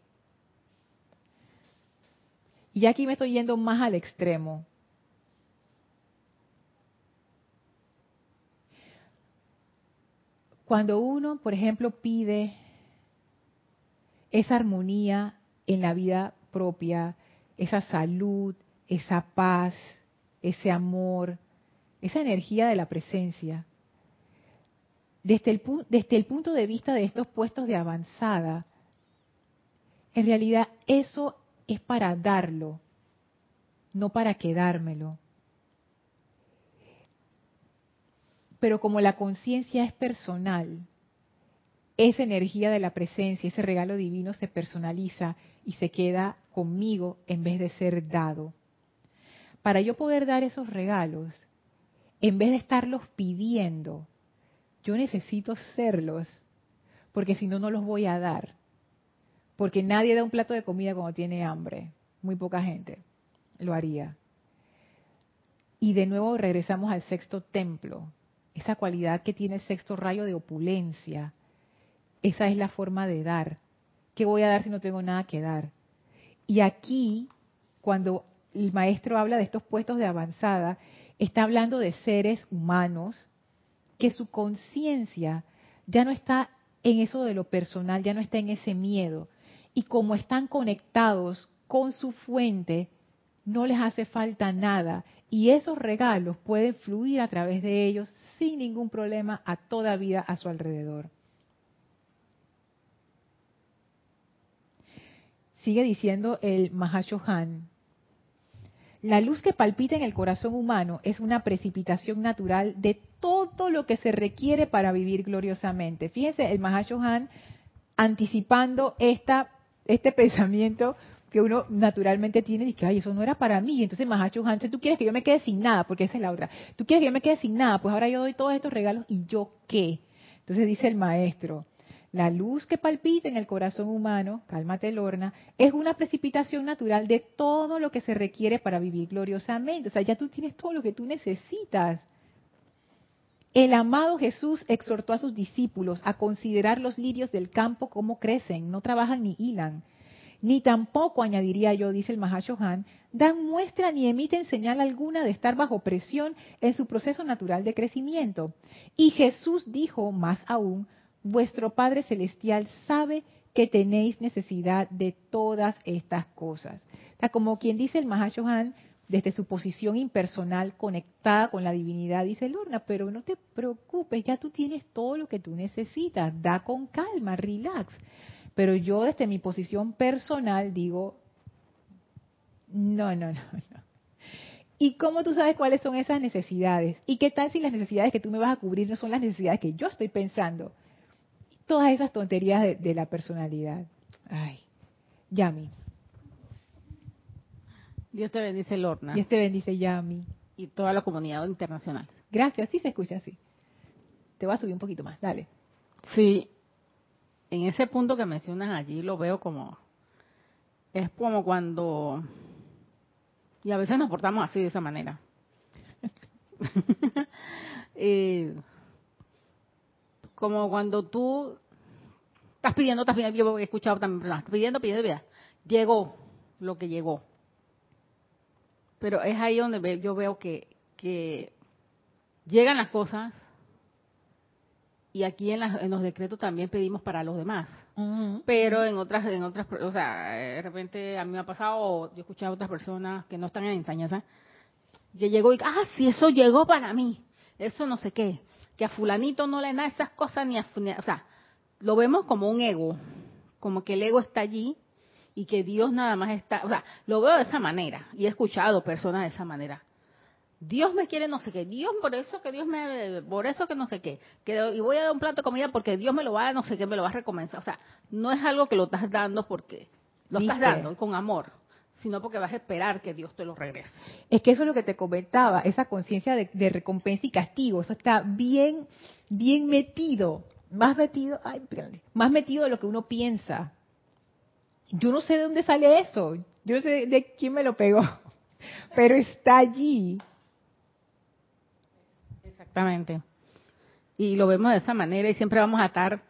y aquí me estoy yendo más al extremo. Cuando uno, por ejemplo, pide esa armonía en la vida propia, esa salud, esa paz, ese amor, esa energía de la presencia, desde el punto de vista de estos puestos de avanzada, en realidad eso es para darlo, no para quedármelo. Pero como la conciencia es personal, esa energía de la presencia, ese regalo divino se personaliza y se queda conmigo en vez de ser dado. Para yo poder dar esos regalos, en vez de estarlos pidiendo, yo necesito serlos, porque si no, no los voy a dar. Porque nadie da un plato de comida cuando tiene hambre. Muy poca gente lo haría. Y de nuevo regresamos al sexto templo, esa cualidad que tiene el sexto rayo de opulencia. Esa es la forma de dar. ¿Qué voy a dar si no tengo nada que dar? Y aquí, cuando el maestro habla de estos puestos de avanzada, está hablando de seres humanos que su conciencia ya no está en eso de lo personal, ya no está en ese miedo. Y como están conectados con su fuente, no les hace falta nada. Y esos regalos pueden fluir a través de ellos sin ningún problema a toda vida a su alrededor. Sigue diciendo el Mahashohan, la luz que palpita en el corazón humano es una precipitación natural de todo lo que se requiere para vivir gloriosamente. Fíjense, el Mahashohan anticipando este pensamiento que uno naturalmente tiene y que, ay, eso no era para mí. Entonces, Mahashohan, tú quieres que yo me quede sin nada, porque esa es la otra. Tú quieres que yo me quede sin nada, pues ahora yo doy todos estos regalos y yo qué. Entonces dice el maestro, la luz que palpita en el corazón humano, cálmate Lorna, es una precipitación natural de todo lo que se requiere para vivir gloriosamente. O sea, ya tú tienes todo lo que tú necesitas. El amado Jesús exhortó a sus discípulos a considerar los lirios del campo como crecen, no trabajan ni hilan. Ni tampoco, añadiría yo, dice el Mahashohan, dan muestra ni emiten señal alguna de estar bajo presión en su proceso natural de crecimiento. Y Jesús dijo más aún, vuestro Padre Celestial sabe que tenéis necesidad de todas estas cosas. O sea, como quien dice el Mahashohan, desde su posición impersonal conectada con la divinidad, dice Lorna, pero no te preocupes, ya tú tienes todo lo que tú necesitas, da con calma, relax. Pero yo desde mi posición personal digo, no, no, no, no. ¿Y cómo tú sabes cuáles son esas necesidades? ¿Y qué tal si las necesidades que tú me vas a cubrir no son las necesidades que yo estoy pensando? Todas esas tonterías de la personalidad. Ay, Yami. Dios te bendice, Lorna, Dios te bendice, Yami. y toda la comunidad internacional. Gracias, sí se escucha así. Te voy a subir un poquito más, dale. Sí, en ese punto que mencionas allí lo veo como Es como cuando, y a veces nos portamos así de esa manera. Como cuando tú estás pidiendo, yo he escuchado también personas, pidiendo, llegó lo que llegó. Pero es ahí donde yo veo que llegan las cosas y aquí en los decretos también pedimos para los demás. Ujú. Pero en otras, o sea, de repente a mí me ha pasado, o yo he escuchado a otras personas que no están en enseñanza, que llegó y, sí, eso llegó para mí, eso no sé qué, que a fulanito no le da esas cosas o sea, lo vemos como un ego, como que el ego está allí y que Dios nada más está, o sea, lo veo de esa manera y he escuchado personas de esa manera. Dios me quiere no sé qué, Dios por eso que no sé qué, y voy a dar un plato de comida porque Dios me lo va a no sé qué, me lo va a recomenzar. O sea, no es algo que lo estás dando porque lo estás ¿Viste? dando con amor, sino porque vas a esperar que Dios te lo regrese. Es que eso es lo que te comentaba, esa conciencia de recompensa y castigo, eso está bien, bien metido, más metido de lo que uno piensa. Yo no sé de dónde sale eso, yo no sé de quién me lo pegó, pero está allí. Exactamente. Y lo vemos de esa manera y siempre vamos a estar,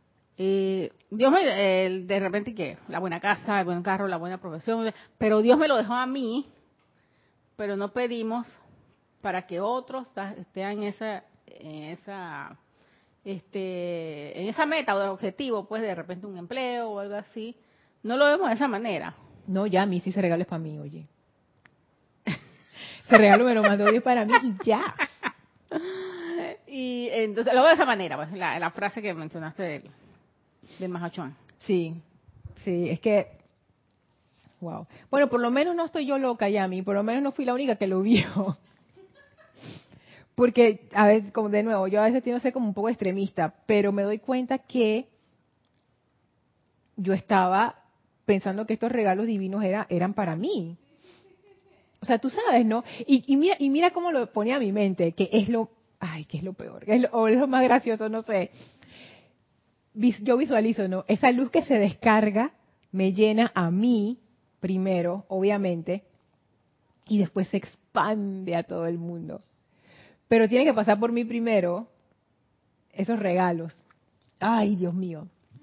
de repente que la buena casa, el buen carro, la buena profesión, pero Dios me lo dejó a mí, pero no pedimos para que otros estén en esa meta o del objetivo, pues de repente un empleo o algo así. No lo vemos de esa manera. No, ya a mí sí ese regalo es para mí, oye. Ese regalo me lo mandó Dios para mí y ya. Y entonces lo veo de esa manera, pues la frase que mencionaste del Mahachohan. Sí, sí, es que, wow. Bueno, por lo menos no estoy yo loca, Yami, por lo menos no fui la única que lo vio. Porque, a veces, como de nuevo, yo a veces tiendo a ser como un poco extremista, pero me doy cuenta que yo estaba pensando que estos regalos divinos eran para mí. O sea, tú sabes, ¿no? Y mira cómo lo ponía a mi mente, que es que es lo peor, o es lo más gracioso, no sé. Yo visualizo, ¿no? Esa luz que se descarga me llena a mí primero, obviamente, y después se expande a todo el mundo. Pero tiene que pasar por mí primero esos regalos. Ay, Dios mío.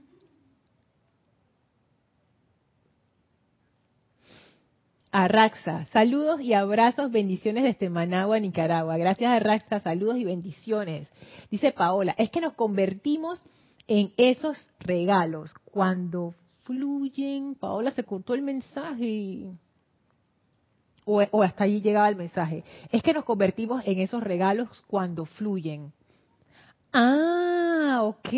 Arraxa, saludos y abrazos, bendiciones desde Managua, Nicaragua. Gracias, Arraxa, saludos y bendiciones. Dice Paola, es que nos convertimos en esos regalos cuando fluyen. Paola se cortó el mensaje. O hasta allí llegaba el mensaje. Es que nos convertimos en esos regalos cuando fluyen. Ah, ok.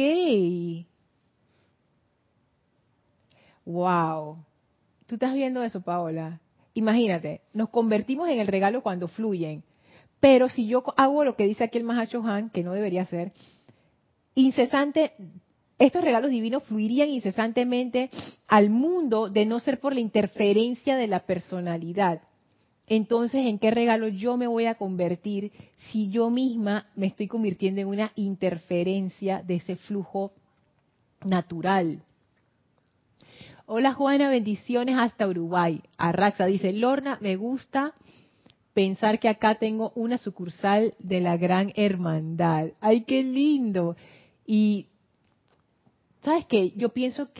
Wow. ¿Tú estás viendo eso, Paola? Imagínate, nos convertimos en el regalo cuando fluyen. Pero si yo hago lo que dice aquí el Mahacho Han, que no debería ser, incesante, estos regalos divinos fluirían incesantemente al mundo de no ser por la interferencia de la personalidad. Entonces, ¿en qué regalo yo me voy a convertir si yo misma me estoy convirtiendo en una interferencia de ese flujo natural? Hola Juana, bendiciones hasta Uruguay. Arraxa dice, Lorna, me gusta pensar que acá tengo una sucursal de la Gran Hermandad. ¡Ay, qué lindo! Y, ¿sabes qué? Yo pienso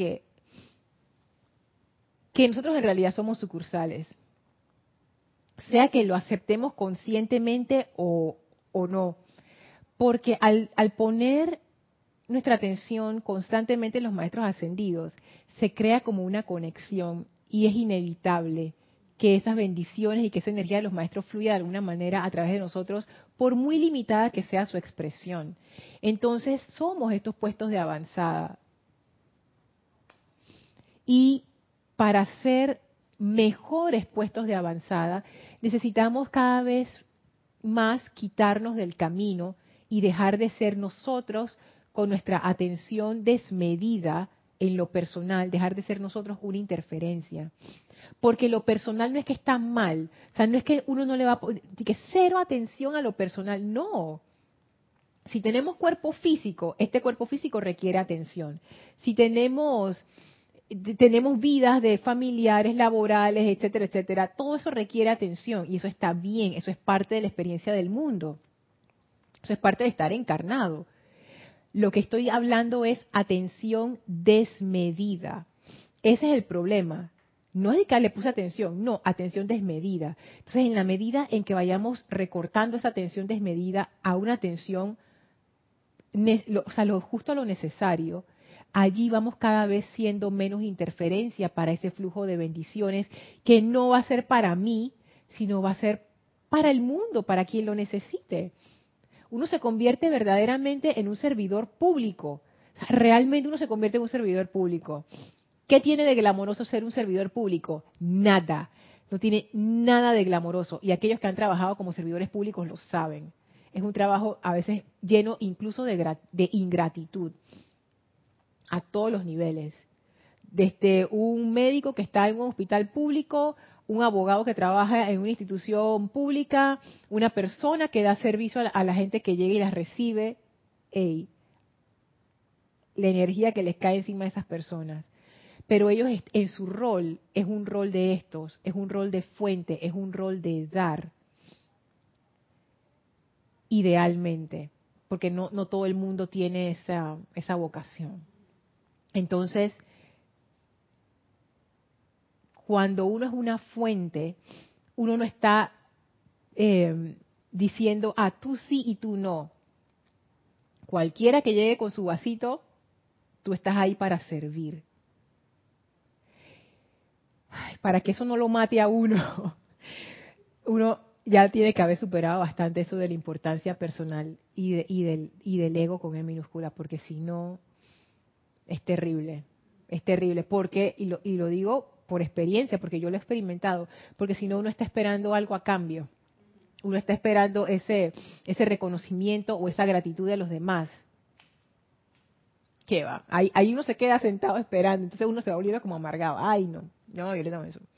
que nosotros en realidad somos sucursales. Sea que lo aceptemos conscientemente o no. Porque al poner nuestra atención constantemente en los maestros ascendidos, se crea como una conexión y es inevitable que esas bendiciones y que esa energía de los maestros fluya de alguna manera a través de nosotros, por muy limitada que sea su expresión. Entonces, somos estos puestos de avanzada. Y para ser mejores puestos de avanzada, necesitamos cada vez más quitarnos del camino y dejar de ser nosotros con nuestra atención desmedida en lo personal, dejar de ser nosotros una interferencia. Porque lo personal no es que está mal, o sea, no es que uno no le va a poner, que cero atención a lo personal, no. Si tenemos cuerpo físico, este cuerpo físico requiere atención. Si tenemos tenemos vidas de familiares, laborales, etcétera, etcétera. Todo eso requiere atención y eso está bien, eso es parte de la experiencia del mundo. Eso es parte de estar encarnado. Lo que estoy hablando es atención desmedida. Ese es el problema. No es de que le puse atención, no, atención desmedida. Entonces, en la medida en que vayamos recortando esa atención desmedida a una atención, o sea, lo justo a lo necesario, allí vamos cada vez siendo menos interferencia para ese flujo de bendiciones que no va a ser para mí, sino va a ser para el mundo, para quien lo necesite. Uno se convierte verdaderamente en un servidor público. O sea, realmente uno se convierte en un servidor público. ¿Qué tiene de glamoroso ser un servidor público? Nada. No tiene nada de glamoroso. Y aquellos que han trabajado como servidores públicos lo saben. Es un trabajo a veces lleno incluso de ingratitud a todos los niveles. Desde un médico que está en un hospital público, un abogado que trabaja en una institución pública, una persona que da servicio a la gente que llega y las recibe. Ey, la energía que les cae encima de esas personas. Pero ellos en su rol, es un rol de estos, es un rol de fuente, es un rol de dar. Idealmente, porque no todo el mundo tiene esa vocación. Entonces, cuando uno es una fuente, uno no está diciendo, tú sí y tú no. Cualquiera que llegue con su vasito, tú estás ahí para servir. Ay, para que eso no lo mate a uno, uno ya tiene que haber superado bastante eso de la importancia personal y del ego con E minúscula, porque si no, es terrible. Es terrible, porque, y lo digo por experiencia, porque yo lo he experimentado, porque si no uno está esperando algo a cambio. Uno está esperando ese reconocimiento o esa gratitud de los demás. ¿Qué va? Ahí uno se queda sentado esperando, entonces uno se va volviendo como amargado. Ay, no, yo le damos eso.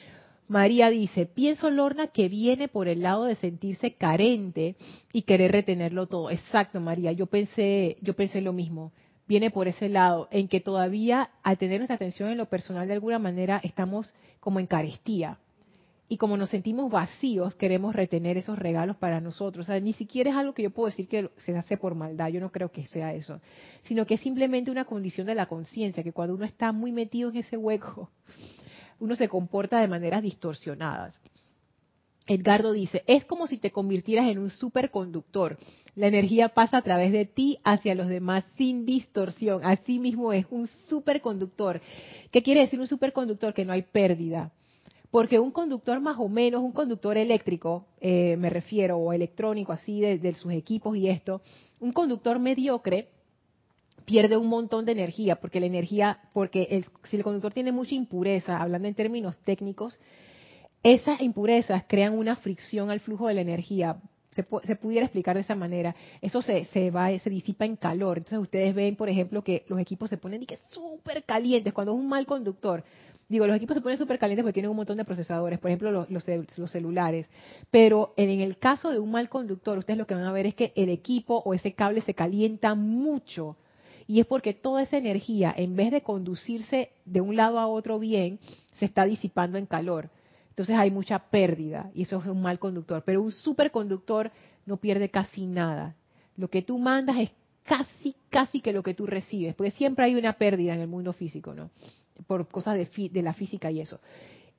María dice, pienso, Lorna, que viene por el lado de sentirse carente y querer retenerlo todo. Exacto, María, yo pensé lo mismo. Viene por ese lado, en que todavía al tener nuestra atención en lo personal de alguna manera estamos como en carestía. Y como nos sentimos vacíos, queremos retener esos regalos para nosotros. O sea, ni siquiera es algo que yo puedo decir que se hace por maldad, yo no creo que sea eso. Sino que es simplemente una condición de la conciencia, que cuando uno está muy metido en ese hueco, uno se comporta de maneras distorsionadas. Edgardo dice, es como si te convirtieras en un superconductor. La energía pasa a través de ti hacia los demás sin distorsión. Así mismo es un superconductor. ¿Qué quiere decir un superconductor? Que no hay pérdida. Porque un conductor más o menos, un conductor eléctrico, me refiero, o electrónico, así de sus equipos y esto, un conductor mediocre pierde un montón de energía, porque la energía, si el conductor tiene mucha impureza, hablando en términos técnicos, esas impurezas crean una fricción al flujo de la energía. Se pudiera explicar de esa manera. Eso se disipa en calor. Entonces ustedes ven, por ejemplo, que los equipos se ponen súper calientes cuando es un mal conductor. Digo, los equipos se ponen súper calientes porque tienen un montón de procesadores, por ejemplo, los celulares. Pero en el caso de un mal conductor, ustedes lo que van a ver es que el equipo o ese cable se calienta mucho. Y es porque toda esa energía, en vez de conducirse de un lado a otro bien, se está disipando en calor. Entonces hay mucha pérdida y eso es un mal conductor. Pero un superconductor no pierde casi nada. Lo que tú mandas es casi que lo que tú recibes, porque siempre hay una pérdida en el mundo físico, ¿no? Por cosas de la física y eso.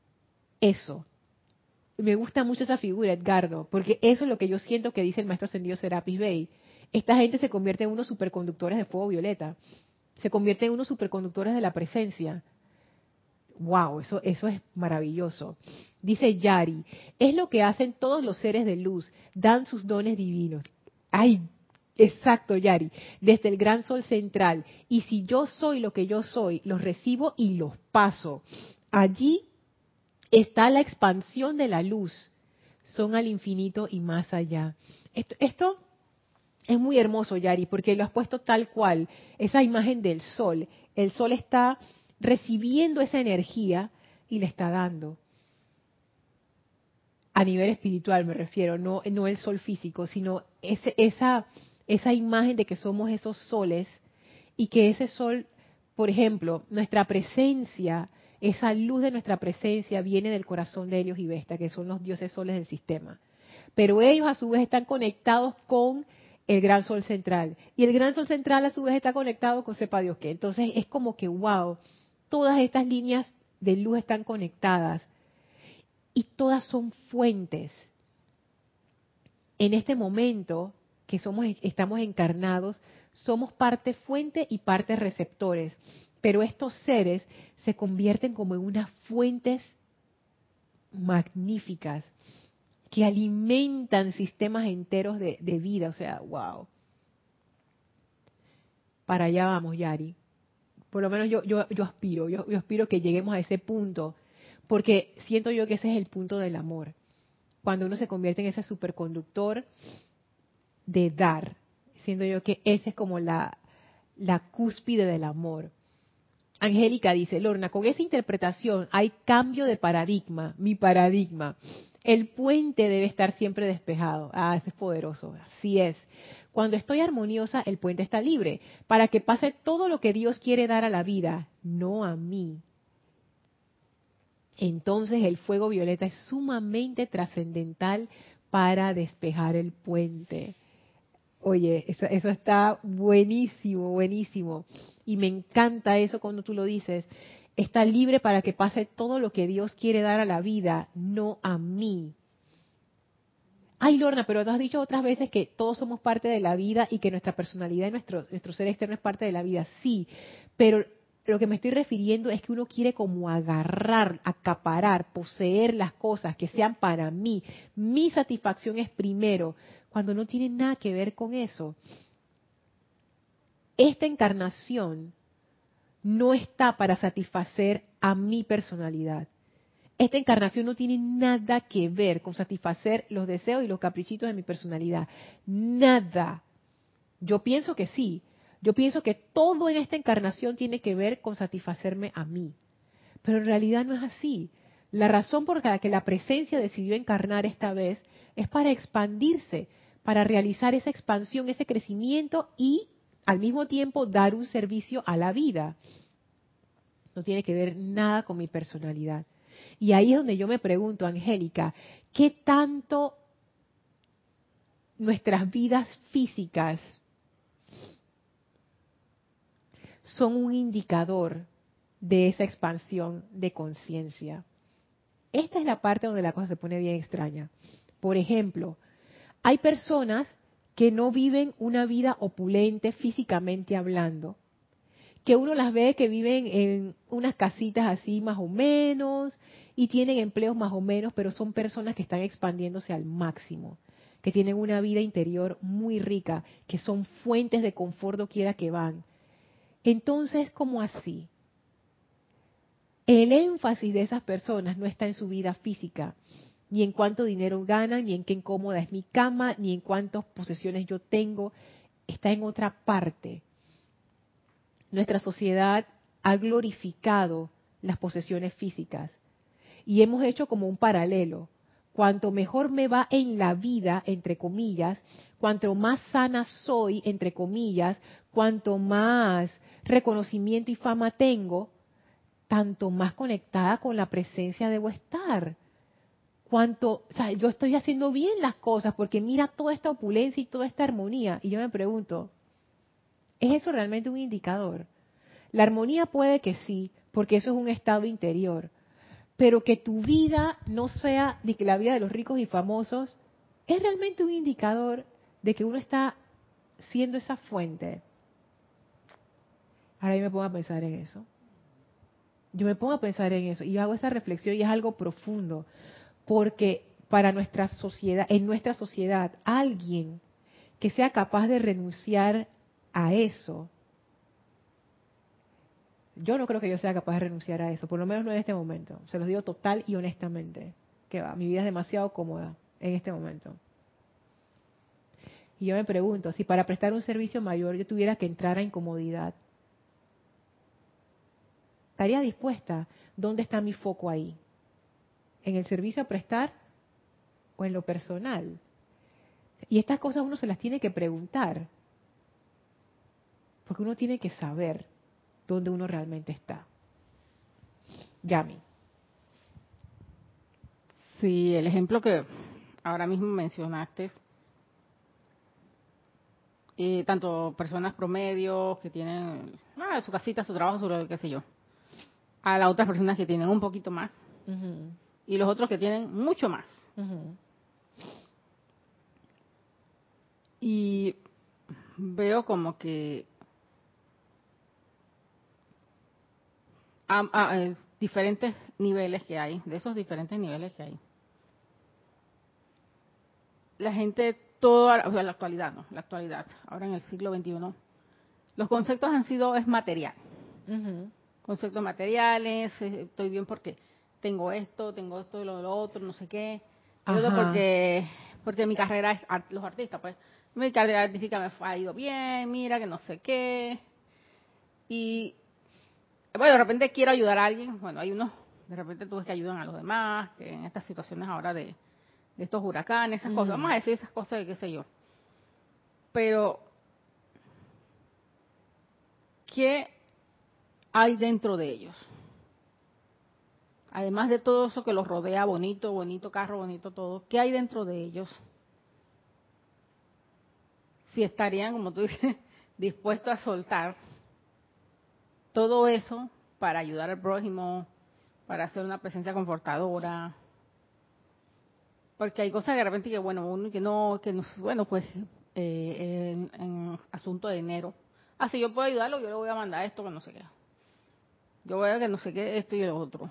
Eso. Me gusta mucho esa figura, Edgardo, porque eso es lo que yo siento que dice el maestro ascendido Serapis Bey. Esta gente se convierte en unos superconductores de fuego violeta. Se convierte en unos superconductores de la presencia. Wow, eso es maravilloso. Dice Yari, es lo que hacen todos los seres de luz, dan sus dones divinos. Ay, exacto, Yari, desde el gran sol central. Y si yo soy lo que yo soy, los recibo y los paso. Allí está la expansión de la luz. Son al infinito y más allá. Esto es muy hermoso, Yari, porque lo has puesto tal cual, esa imagen del sol. El sol está recibiendo esa energía y le está dando. A nivel espiritual me refiero, no el sol físico, sino esa imagen de que somos esos soles y que ese sol por ejemplo, nuestra presencia, esa luz de nuestra presencia viene del corazón de Helios y Vesta, que son los dioses soles del sistema. Pero ellos a su vez están conectados con el gran sol central. Y el gran sol central a su vez está conectado con sepa Dios qué. Entonces es como que, wow, todas estas líneas de luz están conectadas. Y todas son fuentes. En este momento que estamos encarnados, somos parte fuente y parte receptores. Pero estos seres se convierten como en unas fuentes magníficas que alimentan sistemas enteros de vida. O sea, wow. Para allá vamos, Yari. Por lo menos yo aspiro que lleguemos a ese punto, porque siento yo que ese es el punto del amor. Cuando uno se convierte en ese superconductor de dar, siento yo que ese es como la cúspide del amor. Angélica dice, Lorna, con esa interpretación hay cambio de paradigma, mi paradigma. El puente debe estar siempre despejado. Ah, ese es poderoso, así es. Cuando estoy armoniosa, el puente está libre, para que pase todo lo que Dios quiere dar a la vida, no a mí. Entonces el fuego violeta es sumamente trascendental para despejar el puente. Oye, eso está buenísimo, buenísimo. Y me encanta eso cuando tú lo dices. Está libre para que pase todo lo que Dios quiere dar a la vida, no a mí. Ay, Lorna, pero tú has dicho otras veces que todos somos parte de la vida y que nuestra personalidad y nuestro ser externo es parte de la vida. Sí, pero lo que me estoy refiriendo es que uno quiere como agarrar, acaparar, poseer las cosas que sean para mí. Mi satisfacción es primero, cuando no tiene nada que ver con eso. Esta encarnación no está para satisfacer a mi personalidad. Esta encarnación no tiene nada que ver con satisfacer los deseos y los caprichitos de mi personalidad. Nada. Yo pienso que sí. Yo pienso que todo en esta encarnación tiene que ver con satisfacerme a mí. Pero en realidad no es así. La razón por la que la presencia decidió encarnar esta vez es para expandirse, para realizar esa expansión, ese crecimiento y al mismo tiempo dar un servicio a la vida. No tiene que ver nada con mi personalidad. Y ahí es donde yo me pregunto, Angélica, ¿qué tanto nuestras vidas físicas son un indicador de esa expansión de conciencia? Esta es la parte donde la cosa se pone bien extraña. Por ejemplo, hay personas que no viven una vida opulente físicamente hablando, que uno las ve que viven en unas casitas así más o menos y tienen empleos más o menos, pero son personas que están expandiéndose al máximo, que tienen una vida interior muy rica, que son fuentes de confort doquiera que van. Entonces, ¿cómo así? El énfasis de esas personas no está en su vida física, ni en cuánto dinero ganan, ni en qué incómoda es mi cama, ni en cuántas posesiones yo tengo, está en otra parte. Nuestra sociedad ha glorificado las posesiones físicas y hemos hecho como un paralelo. Cuanto mejor me va en la vida, entre comillas, cuanto más sana soy, entre comillas, cuanto más reconocimiento y fama tengo, tanto más conectada con la presencia debo estar. O sea, yo estoy haciendo bien las cosas porque mira toda esta opulencia y toda esta armonía. Y yo me pregunto, ¿es eso realmente un indicador? La armonía puede que sí, porque eso es un estado interior, pero que tu vida no sea de que la vida de los ricos y famosos es realmente un indicador de que uno está siendo esa fuente. Ahora yo me pongo a pensar en eso. Yo me pongo a pensar en eso y hago esa reflexión y es algo profundo, porque para nuestra sociedad, en nuestra sociedad, alguien que sea capaz de renunciar a eso, yo no creo que yo sea capaz de renunciar a eso, por lo menos no en este momento. Se los digo total y honestamente. Que va, mi vida es demasiado cómoda en este momento. Y yo me pregunto, si para prestar un servicio mayor yo tuviera que entrar a incomodidad, ¿estaría dispuesta? ¿Dónde está mi foco ahí? ¿En el servicio a prestar o en lo personal? Y estas cosas uno se las tiene que preguntar, porque uno tiene que saber. donde uno realmente está. Yami. Sí, el ejemplo que ahora mismo mencionaste, tanto personas promedios que tienen su casita, su trabajo, su qué sé yo, a las otras personas que tienen un poquito más Ujú, y los otros que tienen mucho más. ujú, Y veo como que diferentes niveles que hay, de esos diferentes niveles que hay. La gente, toda, o sea, la actualidad, ¿no? La actualidad, ahora en el siglo XXI, los conceptos han sido, es material. ujú, Conceptos materiales, estoy bien porque tengo esto, lo otro, no sé qué. El otro ajá, porque mi carrera es los artistas, pues. Mi carrera artística ha ido bien, mira que no sé qué. Y bueno, de repente quiero ayudar a alguien. Bueno, hay unos, de repente tú ves que ayudan a los demás, que en estas situaciones ahora de estos huracanes, esas cosas. Vamos ujú. a decir esas cosas de qué sé yo. Pero, ¿qué hay dentro de ellos? Además de todo eso que los rodea, bonito, bonito carro, bonito todo, ¿qué hay dentro de ellos? Si estarían, como tú dices, dispuestos a soltar todo eso para ayudar al prójimo, para hacer una presencia confortadora. Porque hay cosas que de repente que, bueno, uno que no, bueno, pues en asunto de dinero. Ah, si yo puedo ayudarlo, yo le voy a mandar esto que no sé qué. Yo voy a que no sé qué, esto y lo otro.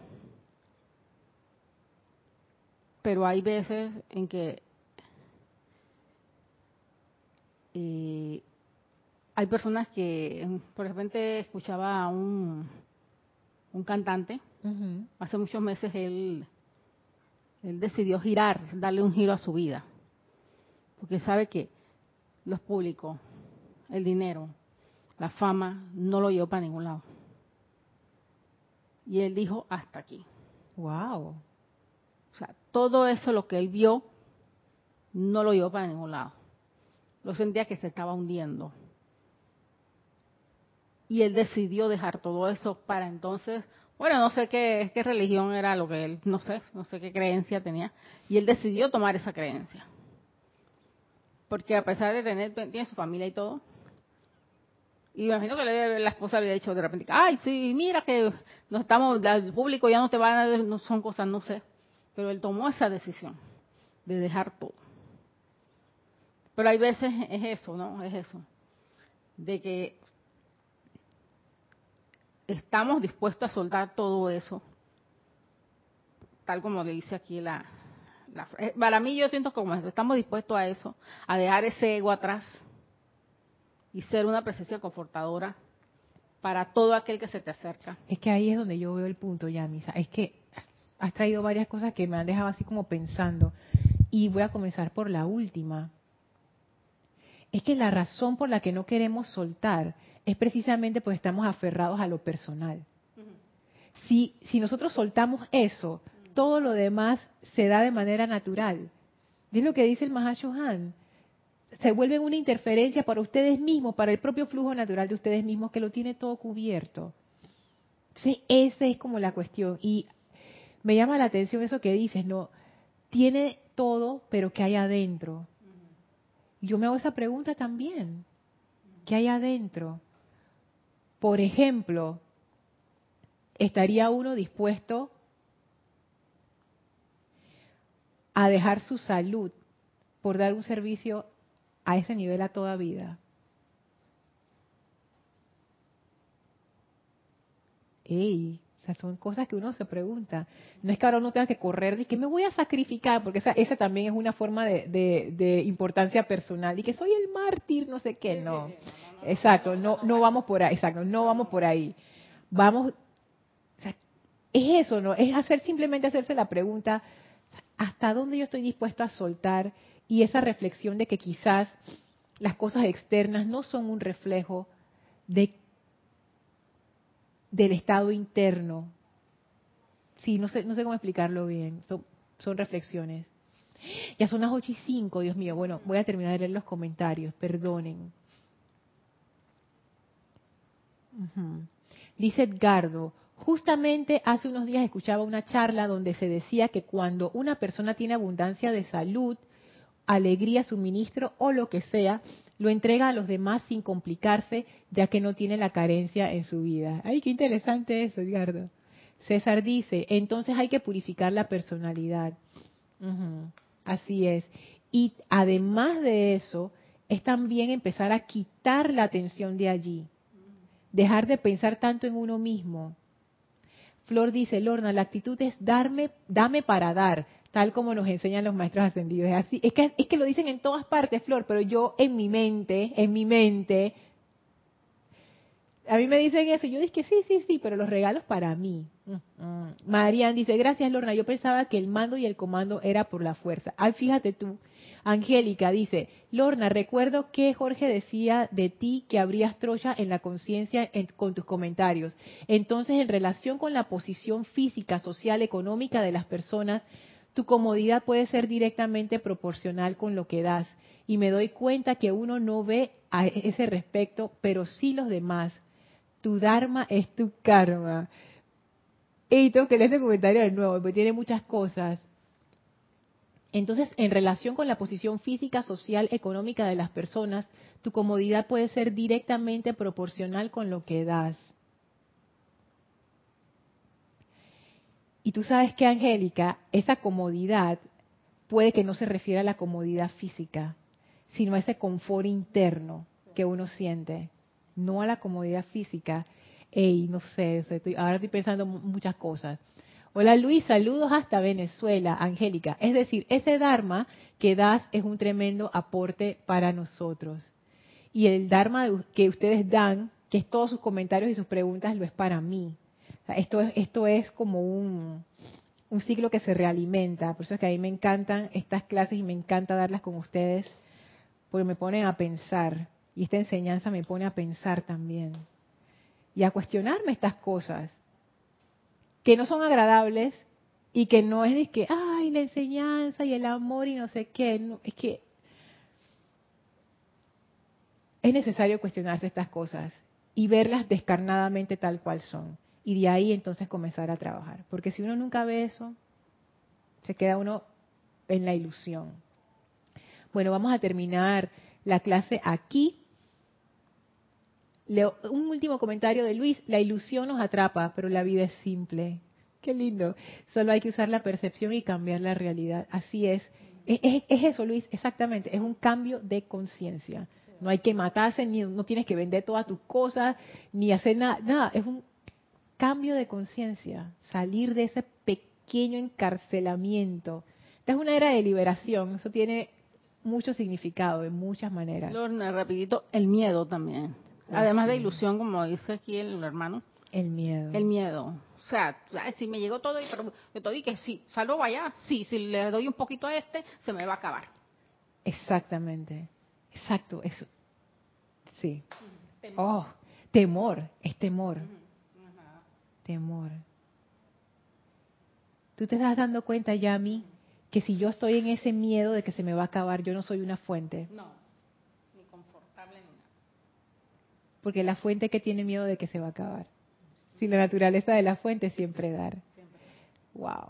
Pero hay veces en que hay personas que, por repente, escuchaba a un cantante, Ujú. hace muchos meses él decidió girar, darle un giro a su vida, porque sabe que los públicos, el dinero, la fama, no lo llevó para ningún lado. Y él dijo, hasta aquí. Wow. O sea, todo eso lo que él vio, no lo llevó para ningún lado. Lo sentía que se estaba hundiendo. Y él decidió dejar todo eso para entonces, bueno, no sé qué religión era lo que él, no sé qué creencia tenía. Y él decidió tomar esa creencia. Porque a pesar de tiene su familia y todo, y me imagino que la esposa había dicho de repente, ay, sí, mira que no estamos, el público ya no te va a dar, no son cosas, no sé. Pero él tomó esa decisión de dejar todo. Pero hay veces es eso, ¿no? Es eso. De que estamos dispuestos a soltar todo eso, tal como le dice aquí para mí yo siento como eso, estamos dispuestos a eso, a dejar ese ego atrás y ser una presencia confortadora para todo aquel que se te acerca. Es que ahí es donde yo veo el punto, Yamisa. Es que has traído varias cosas que me han dejado así como pensando. Y voy a comenzar por la última. Es que la razón por la que no queremos soltar es precisamente porque estamos aferrados a lo personal. Si nosotros soltamos eso, todo lo demás se da de manera natural. Y es lo que dice el Mahashohan. Se vuelve una interferencia para ustedes mismos, para el propio flujo natural de ustedes mismos, que lo tiene todo cubierto. Entonces, esa es como la cuestión. Y me llama la atención eso que dices, ¿no? Tiene todo, pero ¿qué hay adentro? Yo me hago esa pregunta también. ¿Qué hay adentro? Por ejemplo, ¿estaría uno dispuesto a dejar su salud por dar un servicio a ese nivel a toda vida? ¡Ey! O sea, son cosas que uno se pregunta. No es que ahora uno tenga que correr y que me voy a sacrificar, porque esa también es una forma de importancia personal y que soy el mártir, no sé qué, Sí, sí, no. sí, Exacto, no, no bueno, vamos por ahí, exacto, no no, vamos no. por ahí. Vamos, o sea, es eso, ¿no? Es simplemente hacerse la pregunta, ¿hasta dónde yo estoy dispuesto a soltar? Y esa reflexión de que quizás las cosas externas no son un reflejo de, del estado interno. Sí, no sé cómo explicarlo bien. Son reflexiones. Ya son las 8:05, Dios mío. Bueno, voy a terminar de leer los comentarios, perdonen. Ujú. Dice Edgardo, justamente hace unos días escuchaba una charla donde se decía que cuando una persona tiene abundancia de salud, alegría, suministro o lo que sea, lo entrega a los demás sin complicarse, ya que no tiene la carencia en su vida. Ay, qué interesante eso, Edgardo. César dice, entonces hay que purificar la personalidad. Ujú, así es. Y además de eso, es también empezar a quitar la atención de allí. Dejar de pensar tanto en uno mismo. Flor dice, Lorna, la actitud es dame para dar, tal como nos enseñan los maestros ascendidos. Es así, es que lo dicen en todas partes, Flor, pero yo en mi mente, a mí me dicen eso, y yo dije que sí, pero los regalos para mí. Marian dice, gracias Lorna, yo pensaba que el mando y el comando era por la fuerza. Ay, fíjate tú. Angélica dice, Lorna, recuerdo que Jorge decía de ti que abrías Troya en la conciencia con tus comentarios. Entonces, en relación con la posición física, social, económica de las personas, tu comodidad puede ser directamente proporcional con lo que das. Y me doy cuenta que uno no ve a ese respecto, pero sí los demás. Tu dharma es tu karma. Y tengo que leer ese comentario de nuevo, porque tiene muchas cosas. Entonces, en relación con la posición física, social, económica de las personas, tu comodidad puede ser directamente proporcional con lo que das. Y tú sabes que, Angélica, esa comodidad puede que no se refiera a la comodidad física, sino a ese confort interno que uno siente, no a la comodidad física. Ey, no sé, ahora estoy pensando muchas cosas. Hola Luis, saludos hasta Venezuela, Angélica. Es decir, ese Dharma que das es un tremendo aporte para nosotros. Y el Dharma que ustedes dan, que es todos sus comentarios y sus preguntas, lo es para mí. O sea, esto es como un ciclo que se realimenta. Por eso es que a mí me encantan estas clases y me encanta darlas con ustedes, porque me ponen a pensar. Y esta enseñanza me pone a pensar también. Y a cuestionarme estas cosas que no son agradables y que no es de que, ay, la enseñanza y el amor y no sé qué. No, es que es necesario cuestionarse estas cosas y verlas descarnadamente tal cual son. Y de ahí entonces comenzar a trabajar. Porque si uno nunca ve eso, se queda uno en la ilusión. Bueno, vamos a terminar la clase aquí. Un último comentario de Luis. La ilusión nos atrapa, pero la vida es simple. Qué lindo. Solo hay que usar la percepción y cambiar la realidad. Así es. Es eso, Luis, exactamente. Es un cambio de conciencia. No hay que matarse, ni no tienes que vender todas tus cosas, ni hacer nada. Nada, es un cambio de conciencia. Salir de ese pequeño encarcelamiento. Esta es una era de liberación. Eso tiene mucho significado de muchas maneras. Lorna, rapidito, el miedo también. Además de ilusión, como dice aquí el hermano. El miedo. El miedo. O sea, si me llegó todo, pero yo te dije que sí, salvo allá, sí, si le doy un poquito a este, se me va a acabar. Exactamente. Exacto, eso. Sí. Temor. Oh, temor, es temor. Temor. ¿Tú te estás dando cuenta, Yami, que si yo estoy en ese miedo de que se me va a acabar, yo no soy una fuente? No, ni confortable ni nada. Porque la fuente que tiene miedo de que se va a acabar. Si la naturaleza de la fuente es siempre dar. Wow.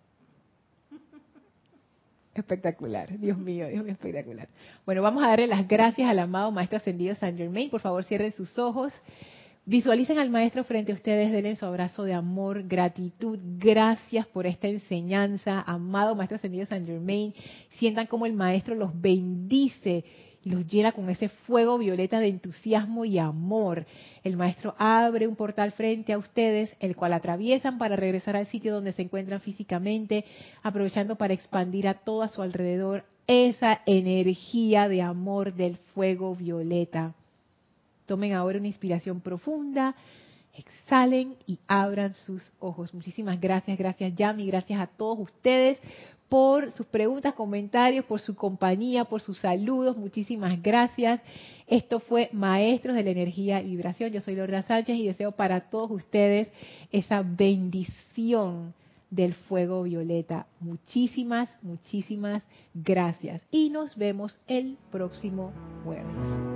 Espectacular, Dios mío, espectacular. Bueno, vamos a darle las gracias al amado Maestro Ascendido Saint Germain. Por favor, cierren sus ojos. Visualicen al Maestro frente a ustedes, denle su abrazo de amor, gratitud, gracias por esta enseñanza, amado Maestro Ascendido Saint Germain. Sientan como el Maestro los bendice y los llena con ese fuego violeta de entusiasmo y amor. El Maestro abre un portal frente a ustedes, el cual atraviesan para regresar al sitio donde se encuentran físicamente, aprovechando para expandir a todo a su alrededor esa energía de amor del fuego violeta. Tomen ahora una inspiración profunda, exhalen y abran sus ojos. Muchísimas gracias, gracias Yami, gracias a todos ustedes por sus preguntas, comentarios, por su compañía, por sus saludos. Muchísimas gracias. Esto fue Maestros de la Energía y Vibración. Yo soy Lorna Sánchez y deseo para todos ustedes esa bendición del fuego violeta. Muchísimas, muchísimas gracias. Y nos vemos el próximo jueves.